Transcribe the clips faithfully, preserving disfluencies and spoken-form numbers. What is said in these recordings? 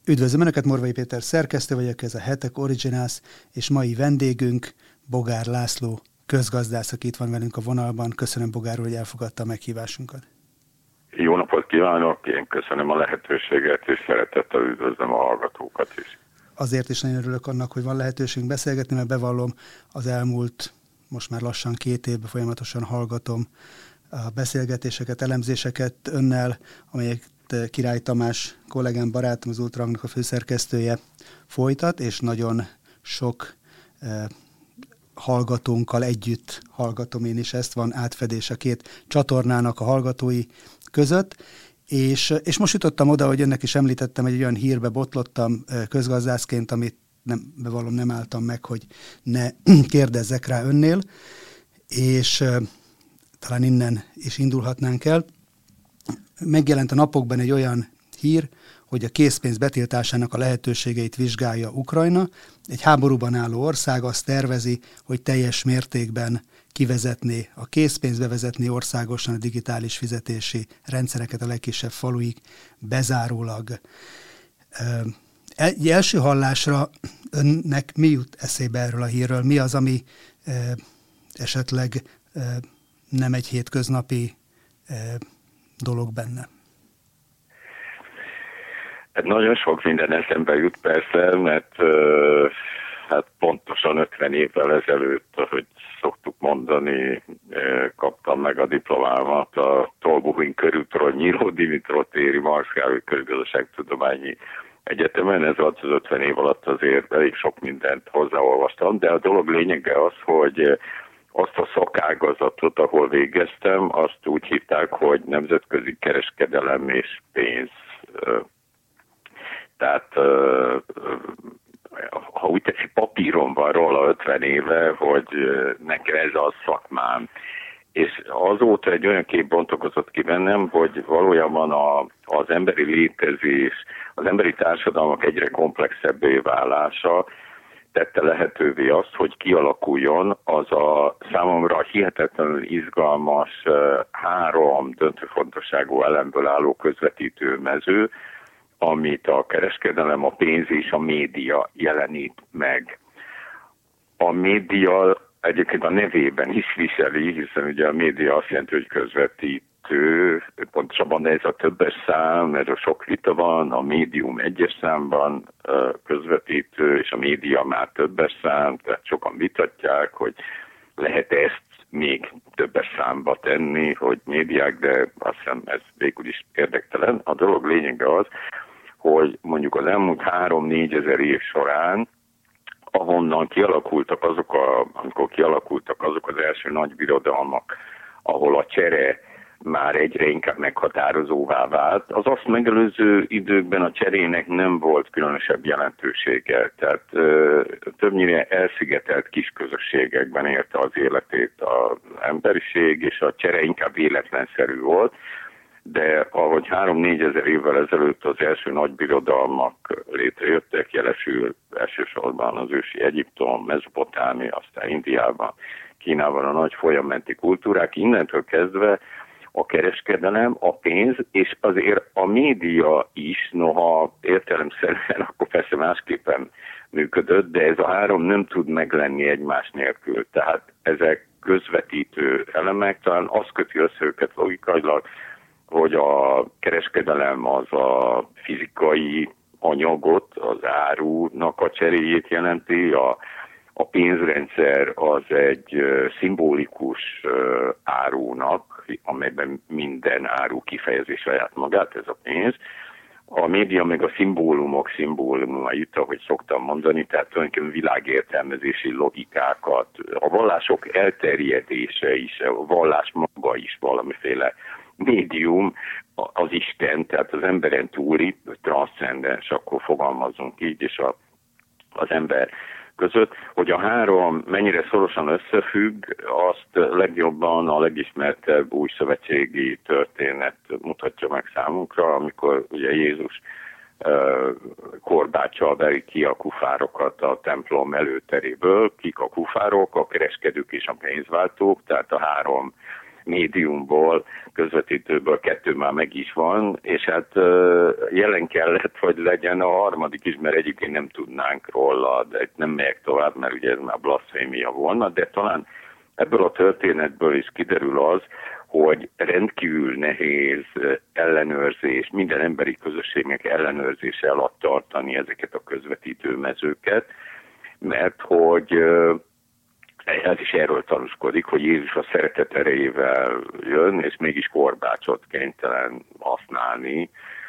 Üdvözlöm Önöket, Morvai Péter szerkesztő vagyok, ez a Hetek Originals, és mai vendégünk Bogár László közgazdász, aki itt van velünk a vonalban. Köszönöm, Bogár úr, hogy elfogadta a meghívásunkat. Jó napot kívánok, én köszönöm a lehetőséget, és szeretettel üdvözlöm a hallgatókat is. Azért is nagyon örülök annak, hogy van lehetőségünk beszélgetni, mert bevallom, az elmúlt, most már lassan két évben folyamatosan hallgatom a beszélgetéseket, elemzéseket önnel, amelyek Király Tamás kollégám, barátom, az Ultrahangnak a főszerkesztője folytat, és nagyon sok eh, hallgatónkkal együtt hallgatom én is ezt, van átfedés a két csatornának a hallgatói között, és, és most jutottam oda, hogy önnek is említettem, egy olyan hírbe botlottam eh, közgazdászként, amit nem, bevallom, nem álltam meg, hogy ne kérdezzek rá önnél, és eh, talán innen is indulhatnánk el. Megjelent a napokban egy olyan hír, hogy a készpénz betiltásának a lehetőségeit vizsgálja Ukrajna. Egy háborúban álló ország azt tervezi, hogy teljes mértékben kivezetné a készpénzt, bevezetné országosan a digitális fizetési rendszereket a legkisebb faluig bezárólag. Egy első hallásra önnek mi jut eszébe erről a hírről? Mi az, ami esetleg nem egy hétköznapi dolog benne? Hát nagyon sok minden eszembe jut persze, mert uh, hát pontosan ötven évvel ezelőtt, ahogy szoktuk mondani, uh, kaptam meg a diplomámat a Tolbuhin körútról Nyíró Dimitró téri Marx Károly Közgazdaságtudományi Egyetemen. Ez alatt az ötven év alatt azért elég sok mindent hozzáolvastam, de a dolog lényege az, hogy azt a szakágazatot, ahol végeztem, azt úgy hívták, hogy nemzetközi kereskedelem és pénz. Tehát, ha úgy tetszik, papíron van róla ötven éve, hogy nekem ez a szakmám. És azóta egy olyan kép bontakozott ki bennem, hogy valójában a, az emberi létezés, az emberi társadalmak egyre komplexebbé válása tette lehetővé azt, hogy kialakuljon az a számomra hihetetlenül izgalmas három döntő fontosságú elemből álló közvetítő mező, amit a kereskedelem, a pénz és a média jelenít meg. A média egyébként a nevében is viseli, hiszen ugye a média azt jelenti, hogy közvetítő, pontosabban ez a többes szám, erről sok vita van, a médium egyes számban közvetítő, és a média már többes szám, tehát sokan vitatják, hogy lehet ezt még többes számba tenni, hogy médiák, de azt hiszem ez végül is érdektelen. A dolog lényege az, hogy mondjuk az elmúlt három-négy ezer év során, ahonnan kialakultak azok, a, amikor kialakultak azok az első nagy birodalmak, ahol a csere már egyre inkább meghatározóvá vált, az azt megelőző időkben a cserének nem volt különösebb jelentősége, tehát ö, többnyire elszigetelt kis közösségekben élte az életét az emberiség, és a csere inkább véletlenszerű volt, de ahogy három-négy ezer évvel ezelőtt az első nagy birodalmak létrejöttek, jelesül elsősorban az ősi Egyiptom, Mezopotámia, aztán Indiában, Kínában a nagy folyamenti kultúrák, innentől kezdve a kereskedelem, a pénz, és azért a média is, noha értelemszerűen akkor persze másképpen működött, de ez a három nem tud meglenni egymás nélkül. Tehát ezek közvetítő elemek, talán az köti össze őket logikailag, hogy a kereskedelem az a fizikai anyagot, az árunak a cseréjét jelenti, a, a pénzrendszer az egy szimbolikus árunak, amelyben minden áru kifejezi saját magát, ez a pénz. A média meg a szimbólumok szimbólumait, ahogy szoktam mondani, tehát tulajdonképpen világértelmezési logikákat, a vallások elterjedése is, a vallás maga is valamiféle médium, az Isten, tehát az emberen túli, transzcendens, akkor fogalmazunk így, és a, az ember között, hogy a három mennyire szorosan összefügg, azt legjobban a legismertebb új szövetségi történet mutatja meg számunkra, amikor ugye Jézus korbáccsal veri ki a kufárokat a templom előteréből. Kik a kufárok? A kereskedők és a pénzváltók, tehát a három médiumból, közvetítőből kettő már meg is van, és hát jelen kellett, hogy legyen a harmadik is, mert egyébként nem tudnánk róla, de nem megyek tovább, mert ugye ez már blaszfémia volna, de talán ebből a történetből is kiderül az, hogy rendkívül nehéz ellenőrzés, minden emberi közösségnek ellenőrzése alatt tartani ezeket a közvetítő mezőket, mert hogy ez is erről tanúskodik, hogy Jézus a szeretet erejével jön, és mégis korbácsot kénytelen használni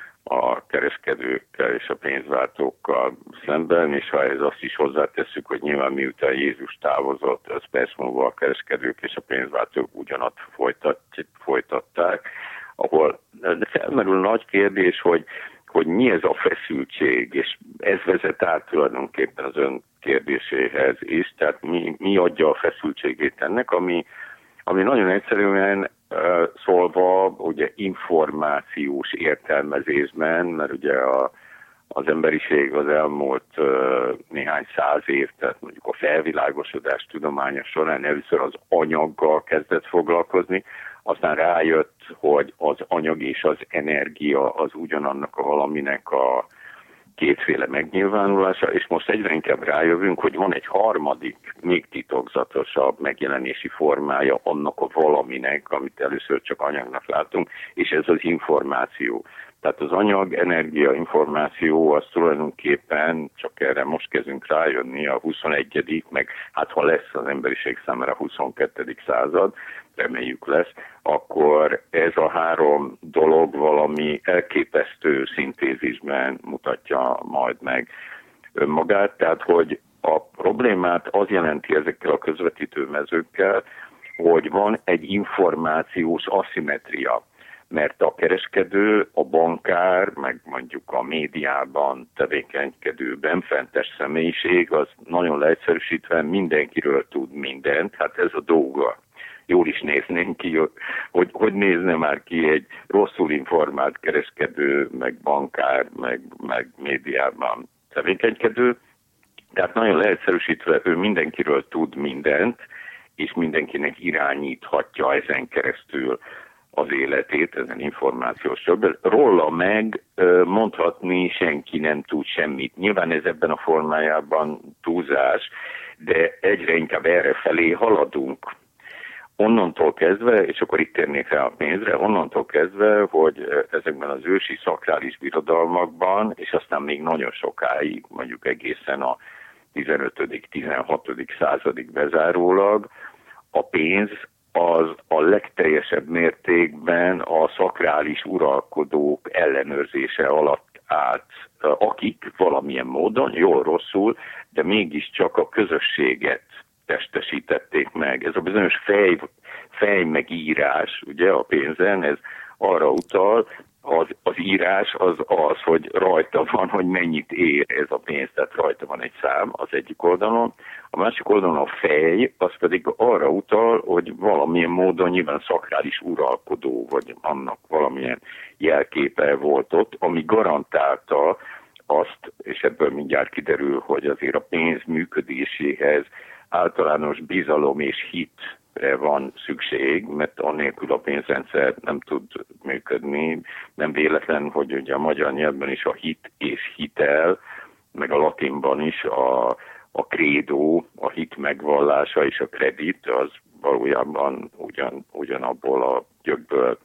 a kereskedőkkel és a pénzváltókkal szemben, és ha ez azt is hozzátesszük, hogy nyilván miután Jézus távozott, öt perc múlva a kereskedők és a pénzváltók ugyanazt folytat, folytatták, ahol felmerül nagy kérdés, hogy, hogy mi ez a feszültség, és ez vezet át tulajdonképpen az ön kérdéséhez is, tehát mi, mi adja a feszültségét ennek, ami, ami nagyon egyszerűen uh, szólva, ugye információs értelmezésben, mert ugye a, az emberiség az elmúlt uh, néhány száz év, tehát mondjuk a felvilágosodás tudománya során először az anyaggal kezdett foglalkozni, aztán rájött, hogy az anyag és az energia az ugyanannak a valaminek a kétféle megnyilvánulása, és most egyre inkább rájövünk, hogy van egy harmadik, még titokzatosabb megjelenési formája annak a valaminek, amit először csak anyagnak látunk, és ez az információ. Tehát az anyag, energia, információ az tulajdonképpen, csak erre most kezdünk rájönni, a huszonegyedik meg hát ha lesz az emberiség számára huszonkettedik század, reméljük lesz, akkor ez a három dolog valami elképesztő szintézisben mutatja majd meg önmagát. Tehát, hogy a problémát az jelenti ezekkel a közvetítő mezőkkel, hogy van egy információs aszimetria, mert a kereskedő, a bankár, meg mondjuk a médiában tevékenykedő benfentes személyiség, az nagyon leegyszerűsítve mindenkiről tud mindent, hát ez a dolga. Jól is néznénk ki, hogy hogy nézne már ki egy rosszul informált kereskedő, meg bankár, meg, meg médiában tevékenykedő. Tehát nagyon leegyszerűsítve ő mindenkiről tud mindent, és mindenkinek irányíthatja ezen keresztül az életét, ezen információs joggal. Róla meg mondhatni senki nem tud semmit. Nyilván ez ebben a formájában túlzás, de egyre inkább errefelé haladunk. Onnantól kezdve, és akkor itt térnék rá a pénzre, onnantól kezdve, hogy ezekben az ősi szakrális birodalmakban, és aztán még nagyon sokáig, mondjuk egészen a tizenötödik tizenhatodik századig bezárólag, a pénz az a legteljesebb mértékben a szakrális uralkodók ellenőrzése alatt állt, akik valamilyen módon, jól-rosszul, de mégiscsak a közösséget testesítették meg. Ez a bizonyos fej, fej megírás, ugye a pénzen, ez arra utal, az, az írás az az, hogy rajta van, hogy mennyit ér ez a pénz, tehát rajta van egy szám az egyik oldalon. A másik oldalon a fej, az pedig arra utal, hogy valamilyen módon nyilván szakrális uralkodó, vagy annak valamilyen jelképe volt ott, ami garantálta azt, és ebből mindjárt kiderül, hogy azért a pénz működéséhez általános bizalom és hitre van szükség, mert annélkül a pénzrendszer nem tud működni. Nem véletlen, hogy ugye a magyar nyelvben is a hit és hitel, meg a latinban is a, a credo, a hit megvallása és a kredit, az valójában ugyan, ugyanabból a gyökből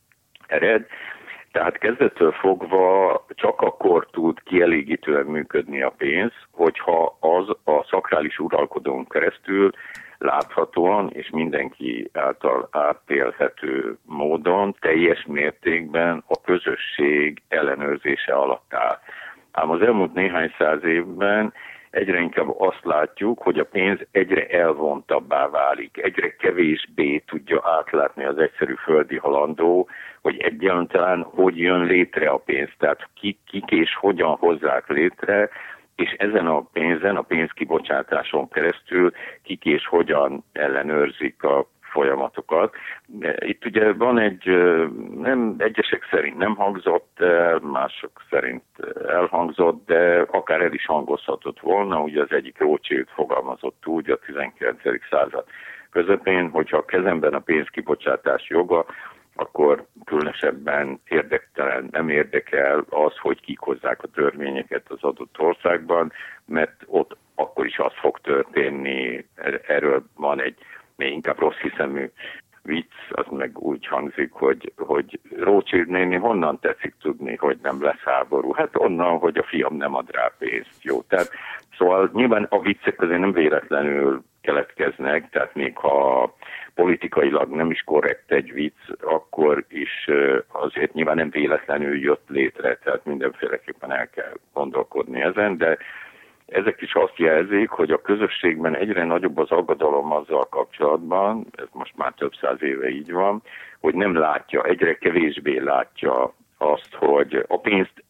ered. Tehát kezdettől fogva csak akkor tud kielégítően működni a pénz, hogyha az a szakrális uralkodón keresztül láthatóan és mindenki által átélhető módon teljes mértékben a közösség ellenőrzése alatt áll. Ám az elmúlt néhány száz évben egyre inkább azt látjuk, hogy a pénz egyre elvontabbá válik, egyre kevésbé tudja átlátni az egyszerű földi halandó, hogy egyáltalán hogy jön létre a pénz, tehát kik, kik és hogyan hozzák létre, és ezen a pénzen, a pénzkibocsátáson keresztül kik és hogyan ellenőrzik a folyamatokat. Itt ugye van egy, nem, egyesek szerint nem hangzott el, mások szerint elhangzott, de akár el is hangozhatott volna, ugye az egyik Rothschild fogalmazott úgy a tizenkilencedik század közepén, hogyha a kezemben a pénzkibocsátás joga, akkor különösebben érdektelen, nem érdekel az, hogy kik hozzák a törvényeket az adott országban, mert ott akkor is az fog történni, erről van egy még inkább rossz hiszemű vicc, az meg úgy hangzik, hogy, hogy Rothschild néni honnan tetszik tudni, hogy nem lesz háború? Hát onnan, hogy a fiam nem ad rá pénzt. Jó, tehát szóval nyilván a viccek azért nem véletlenül keletkeznek, tehát még ha politikailag nem is korrekt egy vicc, akkor is azért nyilván nem véletlenül jött létre, tehát mindenféleképpen el kell gondolkodni ezen, de ezek is azt jelzik, hogy a közösségben egyre nagyobb az aggodalom azzal kapcsolatban, ez most már több száz éve így van, hogy nem látja, egyre kevésbé látja azt, hogy a pénzt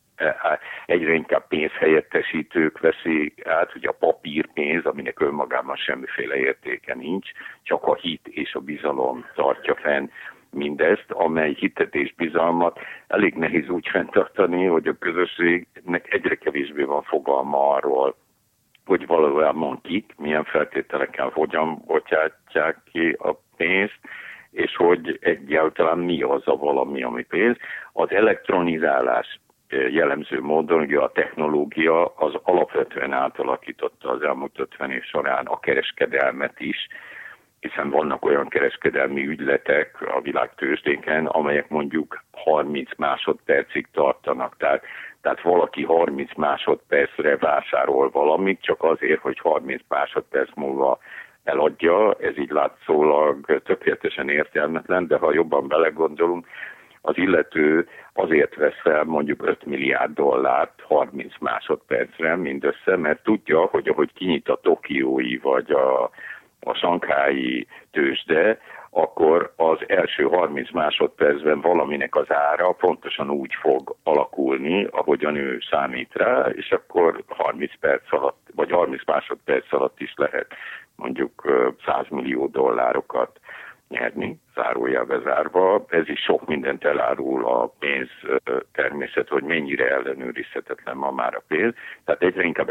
egyre inkább pénzhelyettesítők veszik át, hogy a papírpénz, aminek önmagában semmiféle értéke nincs, csak a hit és a bizalom tartja fenn mindezt, amely hitet és bizalmat elég nehéz úgy fenntartani, hogy a közösségnek egyre kevésbé van fogalma arról, hogy valójában kik, milyen feltételekkel hogyan bocsátják ki a pénzt, és hogy egyáltalán mi az a valami, ami pénz. Az elektronizálás jellemző módon, ugye a technológia az alapvetően átalakította az elmúlt ötven év során a kereskedelmet is, hiszen vannak olyan kereskedelmi ügyletek a világtőzsdéken, amelyek mondjuk harminc másodpercig tartanak. Tehát, tehát valaki harminc másodpercre vásárol valamit, csak azért, hogy harminc másodperc múlva eladja. Ez így látszólag tökéletesen értelmetlen, de ha jobban belegondolunk, az illető azért vesz fel mondjuk öt milliárd dollárt harminc másodpercre mindössze, mert tudja, hogy ahogy kinyit a tokiói vagy a a sankhái tőzsde, akkor az első harminc másodpercben valaminek az ára pontosan úgy fog alakulni, ahogyan ő számít rá, és akkor harminc perc alatt, vagy harminc másodperc alatt is lehet mondjuk száz millió dollárokat nyerni, zárójel bezárva. Ez is sok mindent elárul a pénz természet, hogy mennyire ellenőrizhetetlen ma már a pénz. Tehát egyre inkább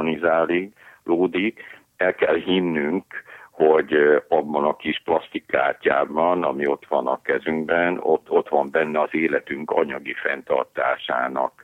elektronizálódik, el kell hinnünk, hogy abban a kis plastikkártyában, ami ott van a kezünkben, ott, ott van benne az életünk anyagi fenntartásának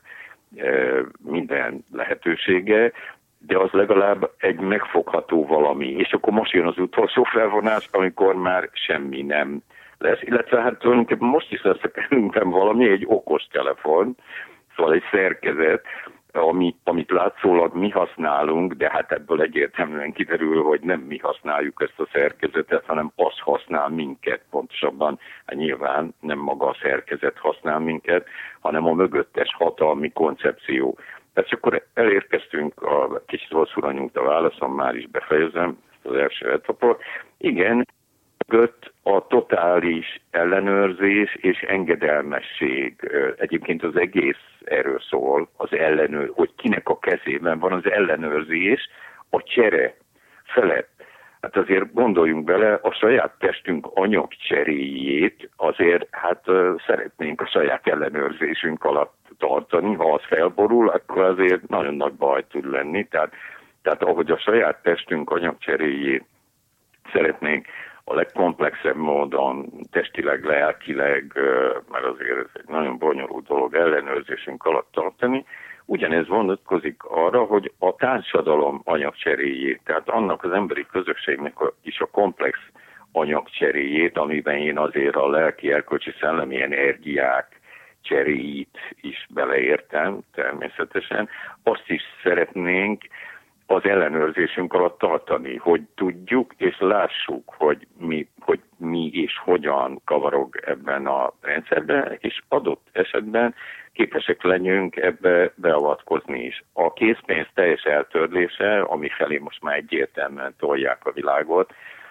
minden lehetősége, de az legalább egy megfogható valami. És akkor most jön az utolsó felvonás, amikor már semmi nem lesz. Illetve hát tulajdonképpen most is lesz a kezünkben valami, egy okos telefon, szóval egy szerkezet, Ami, amit látszólag mi használunk, de hát ebből egyértelműen kiderül, hogy nem mi használjuk ezt a szerkezetet, hanem az használ minket, pontosabban hát nyilván nem maga a szerkezet használ minket, hanem a mögöttes hatalmi koncepció. Tehát akkor elérkeztünk, a kicsit rosszul nyújt a válaszom, már is befejezem ezt az első etapot. Igen, mögött a totális ellenőrzés és engedelmesség. Egyébként az egész erről szól, az ellenőr, hogy kinek a kezében van az ellenőrzés a csere felett. Hát azért gondoljunk bele, a saját testünk anyagcseréjét azért hát szeretnénk a saját ellenőrzésünk alatt tartani. Ha az felborul, akkor azért nagyon nagy baj tud lenni. Tehát, tehát ahogy a saját testünk anyagcseréjét szeretnénk a legkomplexebb módon, testileg, lelkileg, mert azért ez egy nagyon bonyolult dolog ellenőrzésünk alatt tartani, ugyanez vonatkozik arra, hogy a társadalom anyagcseréjét, tehát annak az emberi közösségnek is a komplex anyagcseréjét, amiben én azért a lelki, erkölcsi, szellemi energiák cseréjét is beleértem természetesen, azt is szeretnénk az ellenőrzésünk alatt tartani, hogy tudjuk és lássuk, hogy mi, hogy mi és hogyan kavarog ebben a rendszerben, és adott esetben képesek legyünk ebbe beavatkozni is. A készpénz teljes eltörlése, ami felé most már egyértelműen tolják a világot,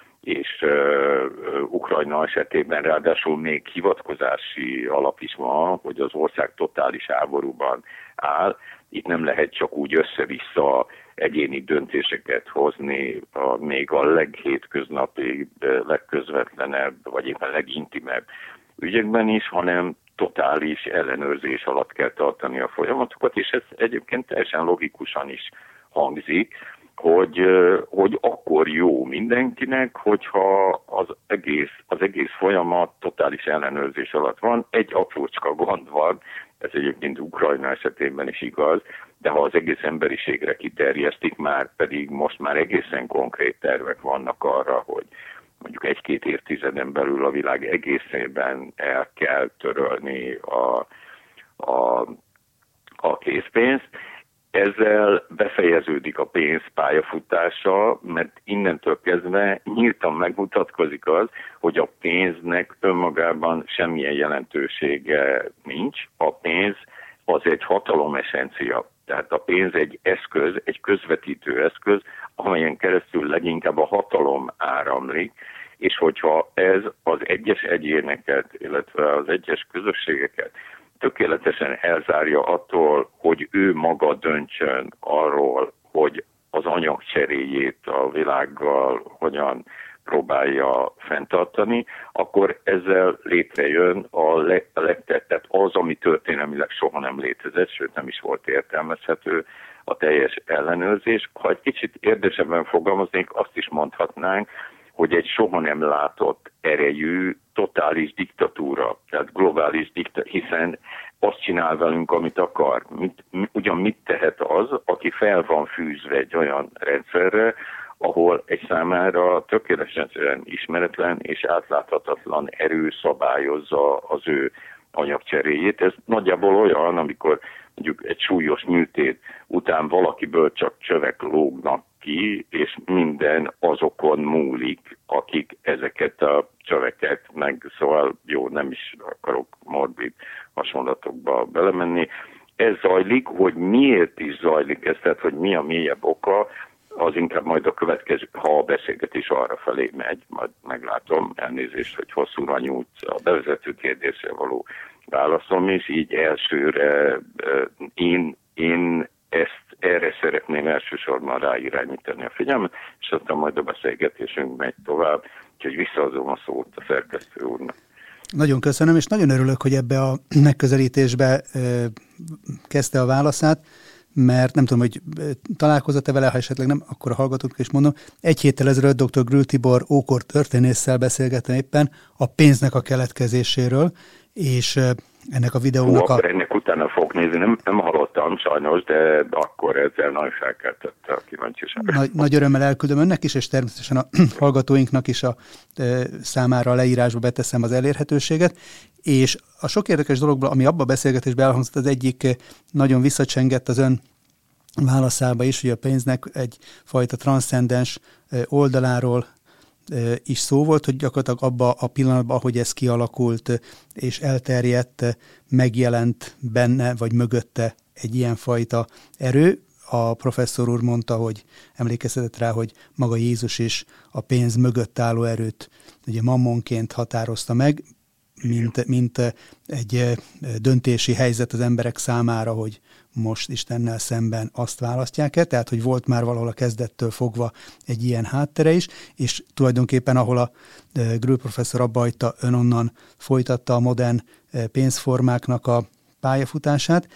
és uh, Ukrajna esetében ráadásul még hivatkozási alap is van, hogy az ország totális háborúban áll. Itt nem lehet csak úgy össze-vissza egyéni döntéseket hozni, a, még a leghétköznapi, legközvetlenebb, vagy éppen legintimebb ügyekben is, hanem totális ellenőrzés alatt kell tartani a folyamatokat, és ez egyébként teljesen logikusan is hangzik, hogy, hogy akkor jó mindenkinek, hogyha az egész, az egész folyamat totális ellenőrzés alatt van. Egy aprócska gond van, ez egyébként Ukrajna esetében is igaz, de ha az egész emberiségre kiterjesztik, már pedig most már egészen konkrét tervek vannak arra, hogy mondjuk egy-két évtizeden belül a világ egészében el kell törölni a, a, a készpénzt. Ezzel befejeződik a pénz pályafutása, mert innentől kezdve nyíltan megmutatkozik az, hogy a pénznek önmagában semmilyen jelentősége nincs. A pénz az egy hatalom essencia. Tehát a pénz egy eszköz, egy közvetítő eszköz, amelyen keresztül leginkább a hatalom áramlik, és hogyha ez az egyes egyéneket, illetve az egyes közösségeket tökéletesen elzárja attól, hogy ő maga döntsön arról, hogy az anyagcseréjét a világgal hogyan próbálja fenntartani, akkor ezzel létrejön a, leg, a legtett, tehát az, ami történelmileg soha nem létezett, sőt nem is volt értelmezhető, a teljes ellenőrzés. Ha egy kicsit érdekesebben fogalmaznék, azt is mondhatnánk, hogy egy soha nem látott erejű, totális diktatúra, tehát globális diktatúra, hiszen azt csinál velünk, amit akar. Mit, ugyan mit tehet az, aki fel van fűzve egy olyan rendszerre, ahol egy számára tökéletesen ismeretlen és átláthatatlan erő szabályozza az ő anyagcseréjét. Ez nagyjából olyan, amikor mondjuk egy súlyos műtét után valakiből csak csövek lógnak ki, és minden azokon múlik, akik ezeket a csöveket, meg szóval jó, nem is akarok morbid hasonlatokba belemenni. Ez zajlik, hogy miért is zajlik ez, tehát hogy mi a mélyebb oka, az inkább majd a következő, ha a beszélgetés arra felé megy, majd meglátom, elnézést, hogy hosszúra nyújt a bevezető kérdésre való válaszom, és így elsőre én, én ezt erre szeretném elsősorban ráirányítani a figyelmet, és aztán majd a beszélgetésünk megy tovább, úgyhogy visszaadom a szót a szerkesztő úrnak. Nagyon köszönöm, és nagyon örülök, hogy ebbe a megközelítésbe ö, kezdte a válaszát, mert nem tudom, hogy találkozott-e vele, ha esetleg nem, akkor a hallgatók is mondom. Egy héttel ezelőtt dr. Grül Tibor ókor történésszel beszélgettem éppen a pénznek a keletkezéséről, és ennek a videónak Hú, a... ennek utána fog nézni, nem, nem hallottam sajnos, de akkor ezzel nagyon felkeltette a kíváncsiságot. Nagy, nagy örömmel elküldöm önnek is, és természetesen a hallgatóinknak is a e, számára a leírásba beteszem az elérhetőséget, és a sok érdekes dologból, ami abban a beszélgetésben elhangzott, az egyik nagyon visszacsengett az ön válaszába is, hogy a pénznek egyfajta transzcendens oldaláról is szó volt, hogy gyakorlatilag abba a pillanatban, ahogy ez kialakult és elterjedt, megjelent benne, vagy mögötte egy ilyenfajta erő. A professzor úr mondta, hogy emlékeztetett rá, hogy maga Jézus is a pénz mögött álló erőt ugye mammonként határozta meg, mint, mint egy döntési helyzet az emberek számára, hogy most Istennel szemben azt választják-e, tehát hogy volt már valahol a kezdettől fogva egy ilyen háttere is, és tulajdonképpen ahol a Grül professzor abba hagyta, ön onnan folytatta a modern pénzformáknak a pályafutását.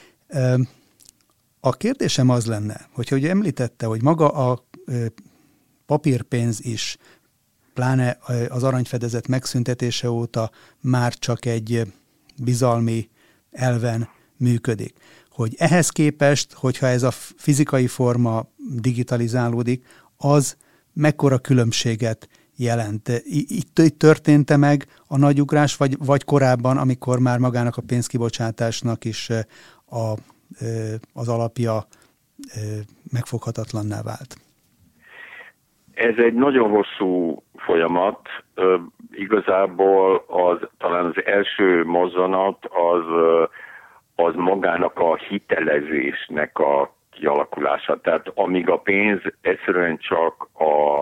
A kérdésem az lenne, hogyha ugye említette, hogy maga a papírpénz is, pláne az aranyfedezet megszüntetése óta már csak egy bizalmi elven működik. Hogy ehhez képest, hogyha ez a fizikai forma digitalizálódik, az mekkora különbséget jelent. Itt, itt történt-e meg a nagy ugrás, vagy, vagy korábban, amikor már magának a pénzkibocsátásnak is a, az alapja megfoghatatlanná vált? Ez egy nagyon hosszú folyamat. Igazából az, talán az első mozzanat az, az magának a hitelezésnek a kialakulása. Tehát amíg a pénz egyszerűen csak a,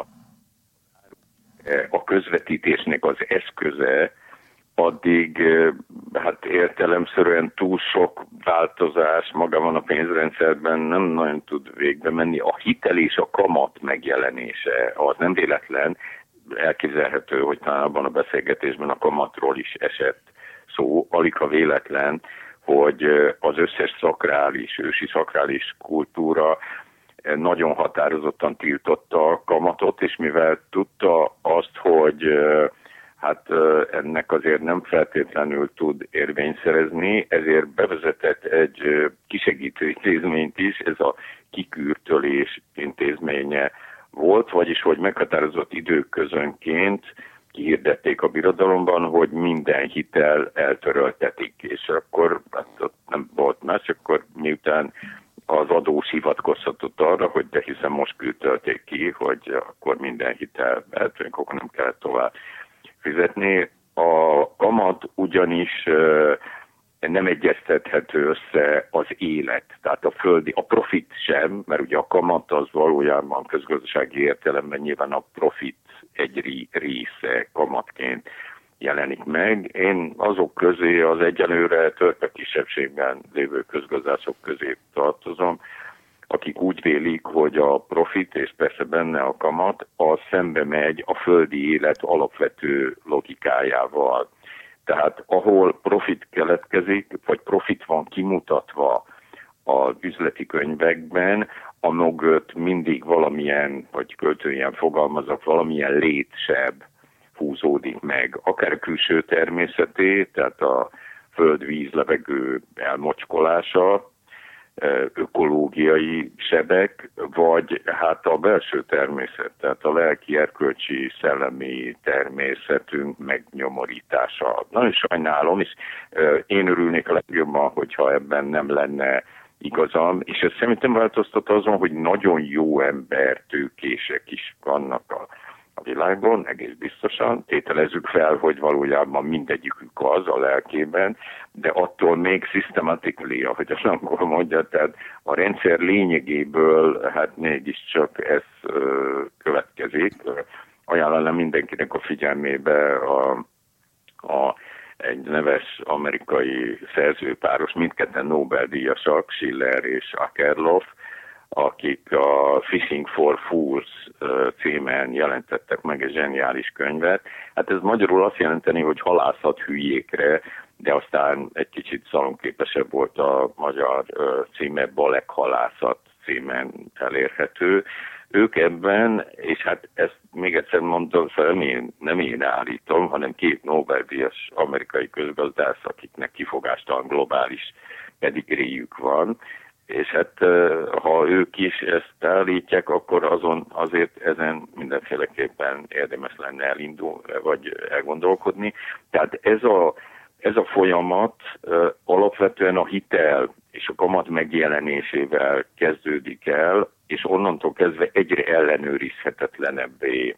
a közvetítésnek az eszköze, addig hát értelemszerűen túl sok változás magában a pénzrendszerben nem nagyon tud végbe menni. A hitel és a kamat megjelenése az nem véletlen, elképzelhető, hogy talán abban a beszélgetésben a kamatról is esett szó, alig ha véletlen, hogy az összes szakrális, ősi szakrális kultúra nagyon határozottan tiltotta a kamatot, és mivel tudta azt, hogy hát ennek azért nem feltétlenül tud érvényt szerezni, ezért bevezetett egy kisegítő intézményt is, ez a kikürtölés intézménye volt, vagyis hogy meghatározott időközönként kihirdették a birodalomban, hogy minden hitel eltöröltetik, és akkor hát ott nem volt más, akkor miután az adós hivatkozhatott arra, hogy de hiszen most küldtölték ki, hogy akkor minden hitel eltörölték, akkor nem kellett tovább fizetni. A kamat ugyanis nem egyeztethető össze az élet, tehát a földi, a profit sem, mert ugye a kamat az valójában közgazdasági értelemben nyilván a profit egy része kamatként jelenik meg. Én azok közé, az egyelőre törpe kisebbségben lévő közgazdászok közé tartozom, akik úgy vélik, hogy a profit, és persze benne a kamat, az szembe megy a földi élet alapvető logikájával. Tehát ahol profit keletkezik, vagy profit van kimutatva az üzleti könyvekben, a mögött mindig valamilyen, vagy költően fogalmazok, valamilyen létsebb húzódik meg. Akár külső természeté, tehát a föld, víz, levegő elmocskolása, ökológiai sebek, vagy hát a belső természet, tehát a lelki, erkölcsi, szellemi természetünk megnyomorítása. Nagyon sajnálom, és én örülnék a legjobban, hogyha ebben nem lenne igazam, és ez szerintem változtat azon, hogy nagyon jó embertőkések is vannak a, a világon, egész biztosan. Tételezzük fel, hogy valójában mindegyikük az a lelkében, de attól még systematically, ahogy az angol mondja, tehát a rendszer lényegéből hát mégiscsak ez ö, következik. Ajánlom mindenkinek a figyelmébe a, a egy neves amerikai szerzőpáros, mindketten Nobel-díjasak, Schiller és Akerlof, akik a Fishing for Fools címen jelentettek meg egy zseniális könyvet. Hát ez magyarul azt jelenteni, hogy halászat hülyékre, de aztán egy kicsit szalonképesebb volt a magyar címe, Balek halászat címen elérhető. Ők ebben, és hát ezt még egyszer mondom, nem én, nem én állítom, hanem két Nobel-díjas amerikai közgazdász, akiknek kifogástalan globális pedigréjük van, és hát ha ők is ezt állítják, akkor azon azért ezen mindenféleképpen érdemes lenne elindul, vagy elgondolkodni. Tehát ez a, ez a folyamat alapvetően a hitel és a kamat megjelenésével kezdődik el, és onnantól kezdve egyre ellenőrizhetetlenebbé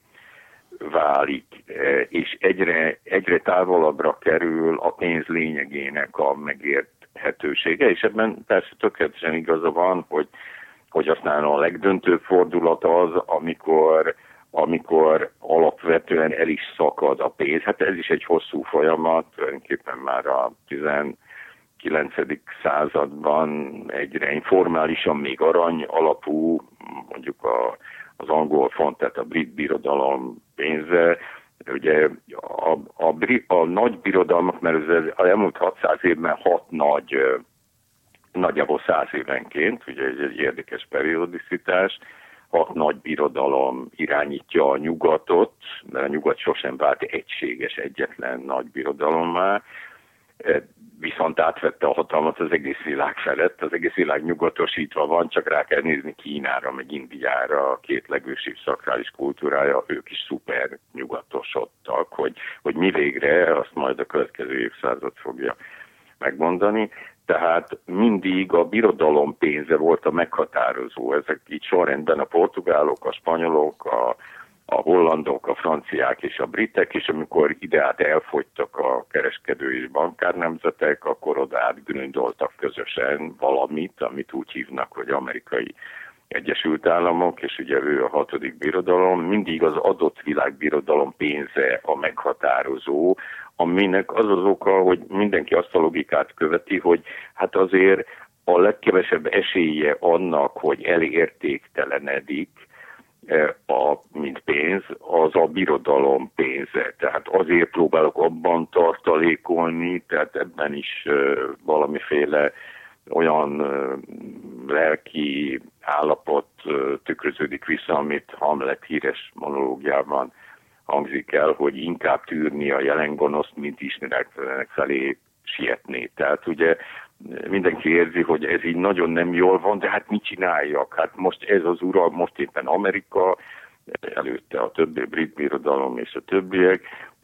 válik, és egyre, egyre távolabbra kerül a pénz lényegének a megérthetősége, és ebben persze tökéletesen igaza van, hogy, hogy aztán a legdöntőbb fordulat az, amikor, amikor alapvetően el is szakad a pénz. Hát ez is egy hosszú folyamat, tulajdonképpen már a tizenkilencedik században egyre informálisan még arany alapú, mondjuk a, az angol font, tehát a brit birodalom pénze. Ugye a, a, brit, a nagy birodalmak, mert az elmúlt hatszáz évben hat nagy, nagyjából száz évenként, ugye egy, egy érdekes periodicitás, hat nagy birodalom irányítja a nyugatot, mert a nyugat sosem vált egységes egyetlen nagy birodalommá, viszont átvette a hatalmat az egész világ felett, az egész világ nyugatosítva van, csak rá kell nézni Kínára, meg Indiára, a két legősibb szakrális kultúrája, ők is szuper nyugatosodtak, hogy, hogy mi végre, azt majd a következő évszázad fogja megmondani. Tehát mindig a birodalom pénze volt a meghatározó, ezek így sorrendben a portugálok, a spanyolok, a a hollandok, a franciák és a britek, és amikor ideát elfogytak a kereskedő és bankár nemzetek, akkor oda átgründoltak közösen valamit, amit úgy hívnak, hogy Amerikai Egyesült Államok, és ugye ő a hatodik birodalom. Mindig az adott világbirodalom pénze a meghatározó, aminek az az oka, hogy mindenki azt a logikát követi, hogy hát azért a legkevesebb esélye annak, hogy elértéktelenedik, A, mint pénz, az a birodalom pénze. Tehát azért próbálok abban tartalékolni, tehát ebben is uh, valamiféle olyan uh, lelki állapot tükröződik vissza, amit Hamlet híres monológiában hangzik el, hogy inkább tűrni a jelen gonoszt, mint ismeretlenek felé sietni. Tehát ugye mindenki érzi, hogy ez így nagyon nem jól van, de hát mit csináljak? Hát most ez az ura, most éppen Amerika, előtte a többi brit birodalom és a többiek,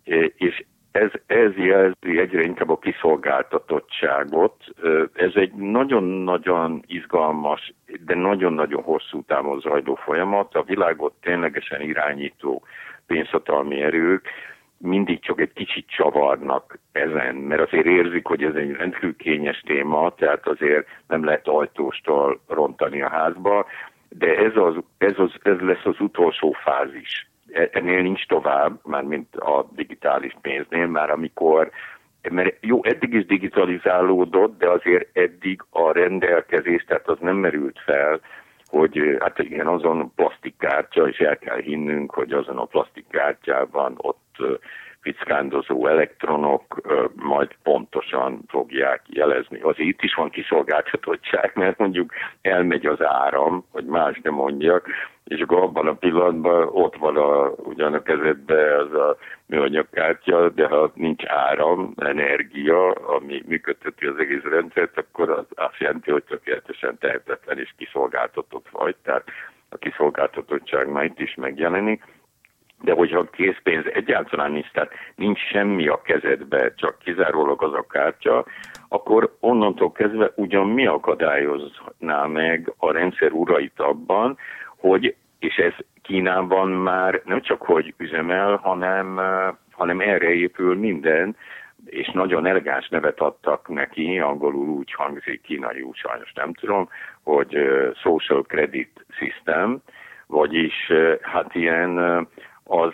és ez, ez jelzi egyre inkább a kiszolgáltatottságot. Ez egy nagyon-nagyon izgalmas, de nagyon-nagyon hosszú távon zajló folyamat. A világot ténylegesen irányító pénzhatalmi erők mindig csak egy kicsit csavarnak ezen, mert azért érzik, hogy ez egy rendkívül kényes téma, tehát azért nem lehet ajtóstól rontani a házba, de ez, az, ez, az, ez lesz az utolsó fázis. Ennél nincs tovább, már mint a digitális pénznél, már amikor, mert jó, eddig is digitalizálódott, de azért eddig a rendelkezés, tehát az nem merült fel, hogy hát igen, azon plastikkártya, és el kell hinnünk, hogy azon a plastikkártyában ott fickándozó elektronok majd pontosan fogják jelezni. Azért itt is van kiszolgáltatottság, mert mondjuk elmegy az áram, hogy más nem mondjak, és akkor abban a pillanatban ott van a, ugyan a kezedben az a műanyagkártya, de ha nincs áram, energia, ami működteti az egész rendszert, akkor az azt jelenti, hogy tökéletesen tehetetlen és kiszolgáltatott vagy, tehát a kiszolgáltatottság már itt is megjelenik. De hogyha a készpénz egyáltalán nincs, tehát nincs semmi a kezedbe, csak kizárólag az a kártya, akkor onnantól kezdve ugyan mi akadályozná meg a rendszer urait abban, hogy, és ez Kínában már nem csak hogy üzemel, hanem, hanem erre épül minden, és nagyon elegáns nevet adtak neki, angolul úgy hangzik, kínaiul sajnos nem tudom, hogy social credit system, vagyis hát ilyen az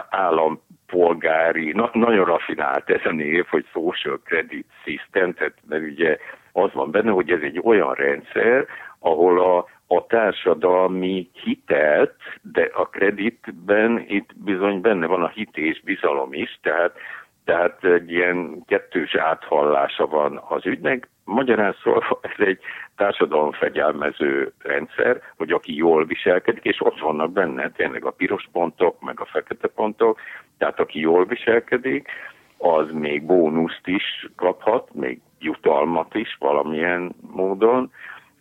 állampolgári, na, nagyon rafinált ez a név, hogy social credit system, tehát mert ugye az van benne, hogy ez egy olyan rendszer, ahol a, a társadalmi hitelt, de a kreditben itt bizony benne van a hit és bizalom is, tehát, tehát egy ilyen kettős áthallása van az ügynek. Magyarán szólva ez egy társadalomfegyelmező rendszer, hogy aki jól viselkedik, és ott vannak benne tényleg a piros pontok, meg a fekete pontok, tehát aki jól viselkedik, az még bónuszt is kaphat, még jutalmat is valamilyen módon,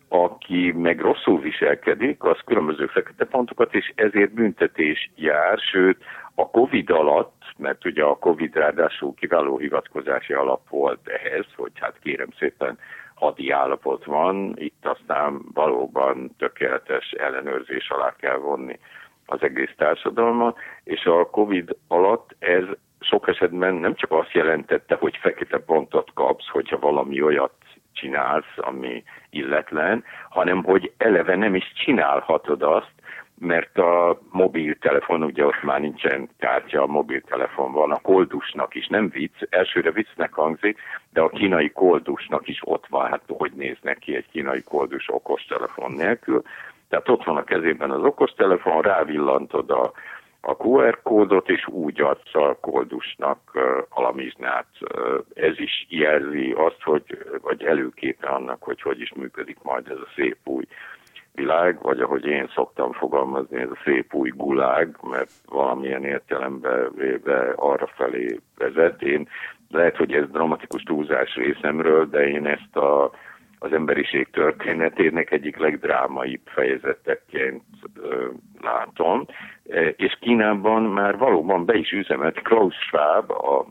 aki meg rosszul viselkedik, az különböző fekete pontokat, és ezért büntetés jár, sőt a Covid alatt, mert ugye a Covid ráadásul kiváló hivatkozási alap volt ehhez, hogy hát kérem szépen hadi állapot van, itt aztán valóban tökéletes ellenőrzés alá kell vonni az egész társadalmat, és a Covid alatt ez sok esetben nem csak azt jelentette, hogy fekete pontot kapsz, hogyha valami olyat csinálsz, ami illetlen, hanem hogy eleve nem is csinálhatod azt, mert a mobiltelefon, ugye ott már nincsen kártya, a mobiltelefon van, a koldusnak is, nem vicc, elsőre viccnek hangzik, de a kínai koldusnak is ott van, hát hogy néz neki egy kínai koldus okostelefon nélkül. Tehát ott van a kezében az okostelefon, rávillantod a, a kú er kódot, és úgy adsz a koldusnak uh, alamizsnát. Uh, ez is jelzi azt, hogy, vagy előképe annak, hogy hogy is működik majd ez a szép új világ, vagy ahogy én szoktam fogalmazni, ez a szép új gulág, mert valamilyen értelemben véve arra felé vezet. Én lehet, hogy ez dramatikus túlzás részemről, de én ezt a, az emberiség történetének egyik legdrámaibb fejezeteként ö, látom. E, és Kínában már valóban be is üzemelt Klaus Schwab, a,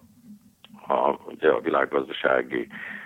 a, ugye a világgazdasági